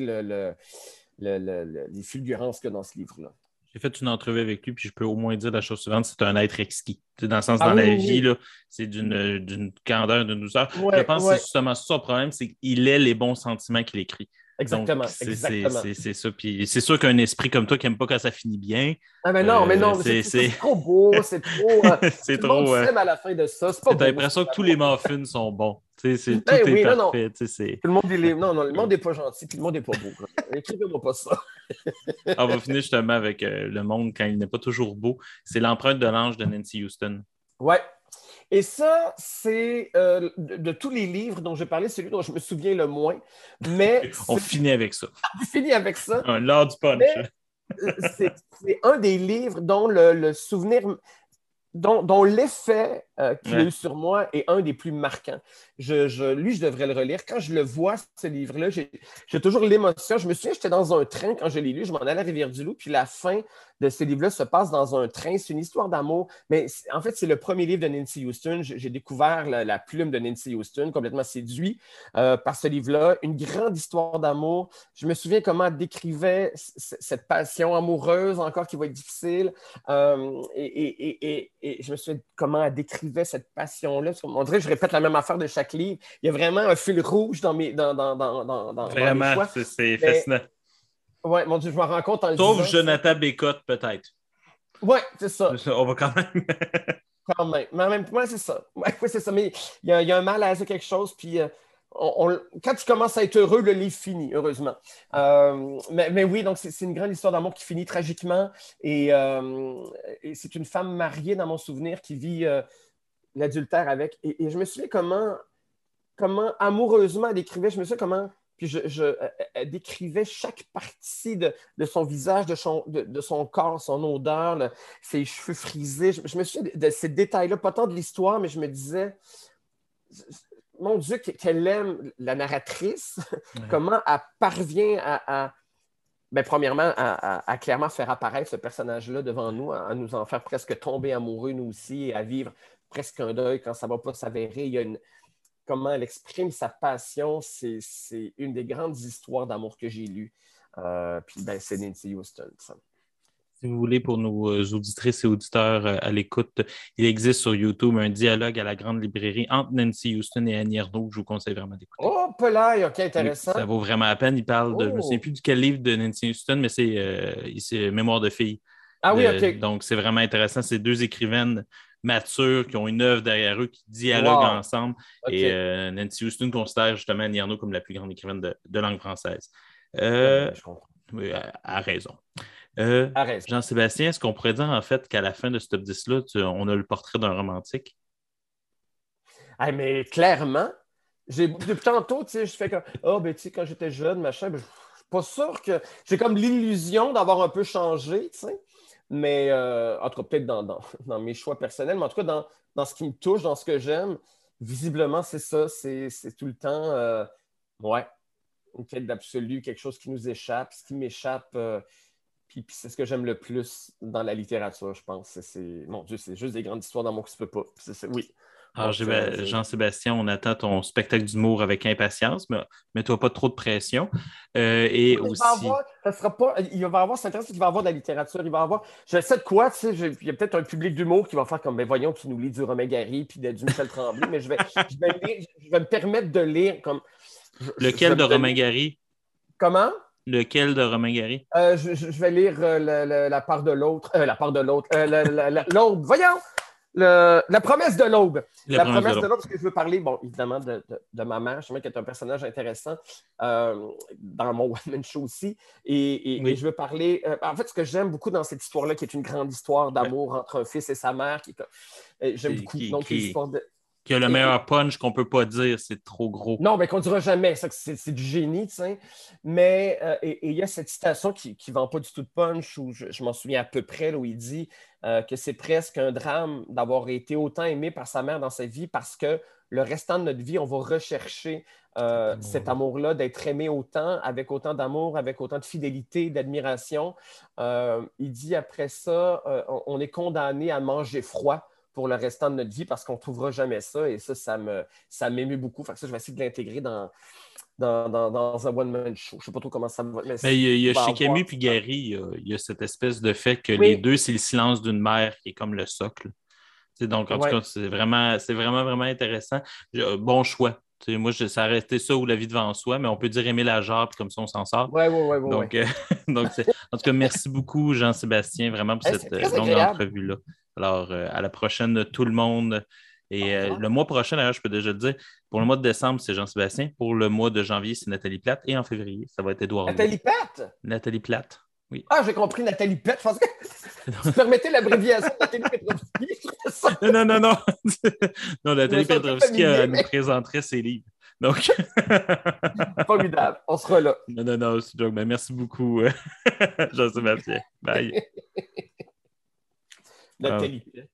les fulgurances qu'il y a dans ce livre-là. J'ai fait une entrevue avec lui, puis je peux au moins dire la chose suivante, c'est un être exquis. Dans le sens, dans la vie, là, c'est d'une candeur, d'une douceur. Je pense que c'est justement ça le problème, c'est qu'il ait les bons sentiments qu'il écrit. Exactement. Donc, c'est ça. Puis c'est sûr qu'un esprit comme toi qui n'aime pas quand ça finit bien. Ah, mais non, c'est trop beau, c'est trop. C'est trop. À la fin de ça. T'as l'impression que tous les muffins sont bons. Tout est parfait. Non. Tout le monde le monde n'est pas gentil, puis le monde n'est pas beau. Écrivez-moi pas ça. On va finir justement avec le monde quand il n'est pas toujours beau. C'est L'empreinte de l'ange de Nancy Houston. Ouais. Et ça, c'est de tous les livres dont j'ai parlé, celui dont je me souviens le moins. Mais on finit avec ça. On finit avec ça. L'art du punch. C'est un des livres dont le souvenir... Dont l'effet qu'il a eu sur moi est un des plus marquants. Lui, je devrais le relire. Quand je le vois, ce livre-là, j'ai toujours l'émotion. Je me souviens, j'étais dans un train quand je l'ai lu, je m'en allais à Rivière-du-Loup, puis la fin de ce livre-là se passe dans un train. C'est une histoire d'amour, mais en fait, c'est le premier livre de Nancy Houston. J'ai découvert la plume de Nancy Houston, complètement séduit par ce livre-là. Une grande histoire d'amour. Je me souviens comment elle décrivait cette passion amoureuse encore qui va être difficile. Et je me souviens comment elle décrivait cette passion-là. On dirait que je répète la même affaire de chaque livre. Il y a vraiment un fil rouge dans mes Vraiment, choix. c'est fascinant. Ouais, mon Dieu, je me rends compte en le Sauf disant, Jonathan Bécotte, peut-être. Ouais, c'est ça. On va quand même. Quand même. Mais en même temps, c'est ça. Ouais, c'est ça. Mais il y a un mal à dire quelque chose. Puis quand tu commences à être heureux, le livre finit, heureusement. Mais oui, donc c'est une grande histoire d'amour qui finit tragiquement. Et c'est une femme mariée, dans mon souvenir, qui vit l'adultère avec. Et je me souviens comment amoureusement elle décrivait. Je me souviens comment. Puis elle décrivait chaque partie de son visage, de son corps, son odeur, ses cheveux frisés. Je me souviens de ces détails-là, pas tant de l'histoire, mais je me disais, mon Dieu, qu'elle aime la narratrice, comment elle parvient premièrement, à clairement faire apparaître ce personnage-là devant nous, à nous en faire presque tomber amoureux, nous aussi, et à vivre presque un deuil quand ça ne va pas s'avérer. Il y a comment elle exprime sa passion, c'est une des grandes histoires d'amour que j'ai lues. Puis c'est Nancy Houston. Ça. Si vous voulez, pour nos auditrices et auditeurs à l'écoute, il existe sur YouTube un dialogue à la grande librairie entre Nancy Houston et Annie Ernaux que je vous conseille vraiment d'écouter. Oh, Pelaï, OK, intéressant. Oui, ça vaut vraiment la peine. Il parle de, je ne me souviens plus de quel livre de Nancy Houston, mais c'est Mémoire de fille. Ah oui, OK. Donc, c'est vraiment intéressant. C'est deux écrivaines matures qui ont une œuvre derrière eux, qui dialoguent ensemble. Okay. Et Nancy Houston considère justement Annie Ernaux comme la plus grande écrivaine de langue française. Je comprends. Oui, à raison. raison. Jean-Sébastien, est-ce qu'on pourrait dire en fait qu'à la fin de ce top 10-là, on a le portrait d'un romantique? Ah, mais clairement, depuis tantôt, je fais comme quand j'étais jeune, machin, je suis pas sûr que. J'ai comme l'illusion d'avoir un peu changé, tu sais. Mais en tout cas, peut-être dans mes choix personnels, mais en tout cas, dans ce qui me touche, dans ce que j'aime, visiblement, c'est ça. C'est tout le temps, une quête d'absolu, quelque chose qui nous échappe, ce qui m'échappe. Puis c'est ce que j'aime le plus dans la littérature, je pense. Mon Dieu, c'est juste des grandes histoires d'amour qui se peut pas. Oui. Alors, Jean-Sébastien, on attend ton spectacle d'humour avec impatience, mais mets-toi pas trop de pression. Et aussi... il va avoir, c'est intéressant qu'il va y avoir de la littérature. Il va y avoir, je sais de quoi, tu sais, il y a peut-être un public d'humour qui va faire comme, voyons, tu nous lis du Romain Gary puis du Michel Tremblay, mais je vais me permettre de lire comme... Lequel de Romain Gary? Comment? Lequel de Romain Gary? Je vais lire la part de l'autre. La part de l'autre. L'aube. Voyons! La promesse de l'aube. La promesse de l'aube, parce que je veux parler, évidemment, de ma mère, justement, qui est un personnage intéressant dans mon one-man show aussi. Et je veux parler... en fait, ce que j'aime beaucoup dans cette histoire-là, qui est une grande histoire d'amour entre un fils et sa mère, j'aime beaucoup. Donc, l'histoire de... Qui a le meilleur punch qu'on ne peut pas dire, c'est trop gros. Non, mais qu'on ne dira jamais, ça, c'est du génie, tu sais. Mais il y a cette citation qui ne vend pas du tout de punch, où je m'en souviens à peu près, là, où il dit que c'est presque un drame d'avoir été autant aimé par sa mère dans sa vie, parce que le restant de notre vie, on va rechercher cet amour-là, d'être aimé autant, avec autant d'amour, avec autant de fidélité, d'admiration. Il dit après ça, on est condamné à manger froid pour le restant de notre vie parce qu'on ne trouvera jamais ça. Et ça m'émeut beaucoup. Fait que ça, je vais essayer de l'intégrer dans un one-man show. Je ne sais pas trop comment ça va. Mais il y a chez Camus et Gary, il y a cette espèce de fait que les deux, c'est le silence d'une mère qui est comme le socle. Donc, en tout cas, c'est vraiment, vraiment intéressant. Bon choix. Moi, ça a resté ça ou La vie devant soi, mais on peut dire Émile Ajar, puis comme ça, on s'en sort. Oui. Donc, en tout cas, merci beaucoup, Jean-Sébastien, vraiment pour cette longue entrevue-là. Alors, à la prochaine, tout le monde. Et le mois prochain, d'ailleurs, je peux déjà le dire, pour le mois de décembre, c'est Jean-Sébastien. Pour le mois de janvier, c'est Nathalie Plate. Et en février, ça va être Édouard. Nathalie Plate? Nathalie Plate, oui. Ah, j'ai compris, Nathalie Plate. Je pense que tu permettais l'abréviation de Nathalie Petrovski. Non. Non, Nathalie Petrovski nous présenterait ses livres. Donc... Formidable. On sera là. Non, c'est joke. Ben, merci beaucoup, Jean-Sébastien. Bye. Nathalie Plate.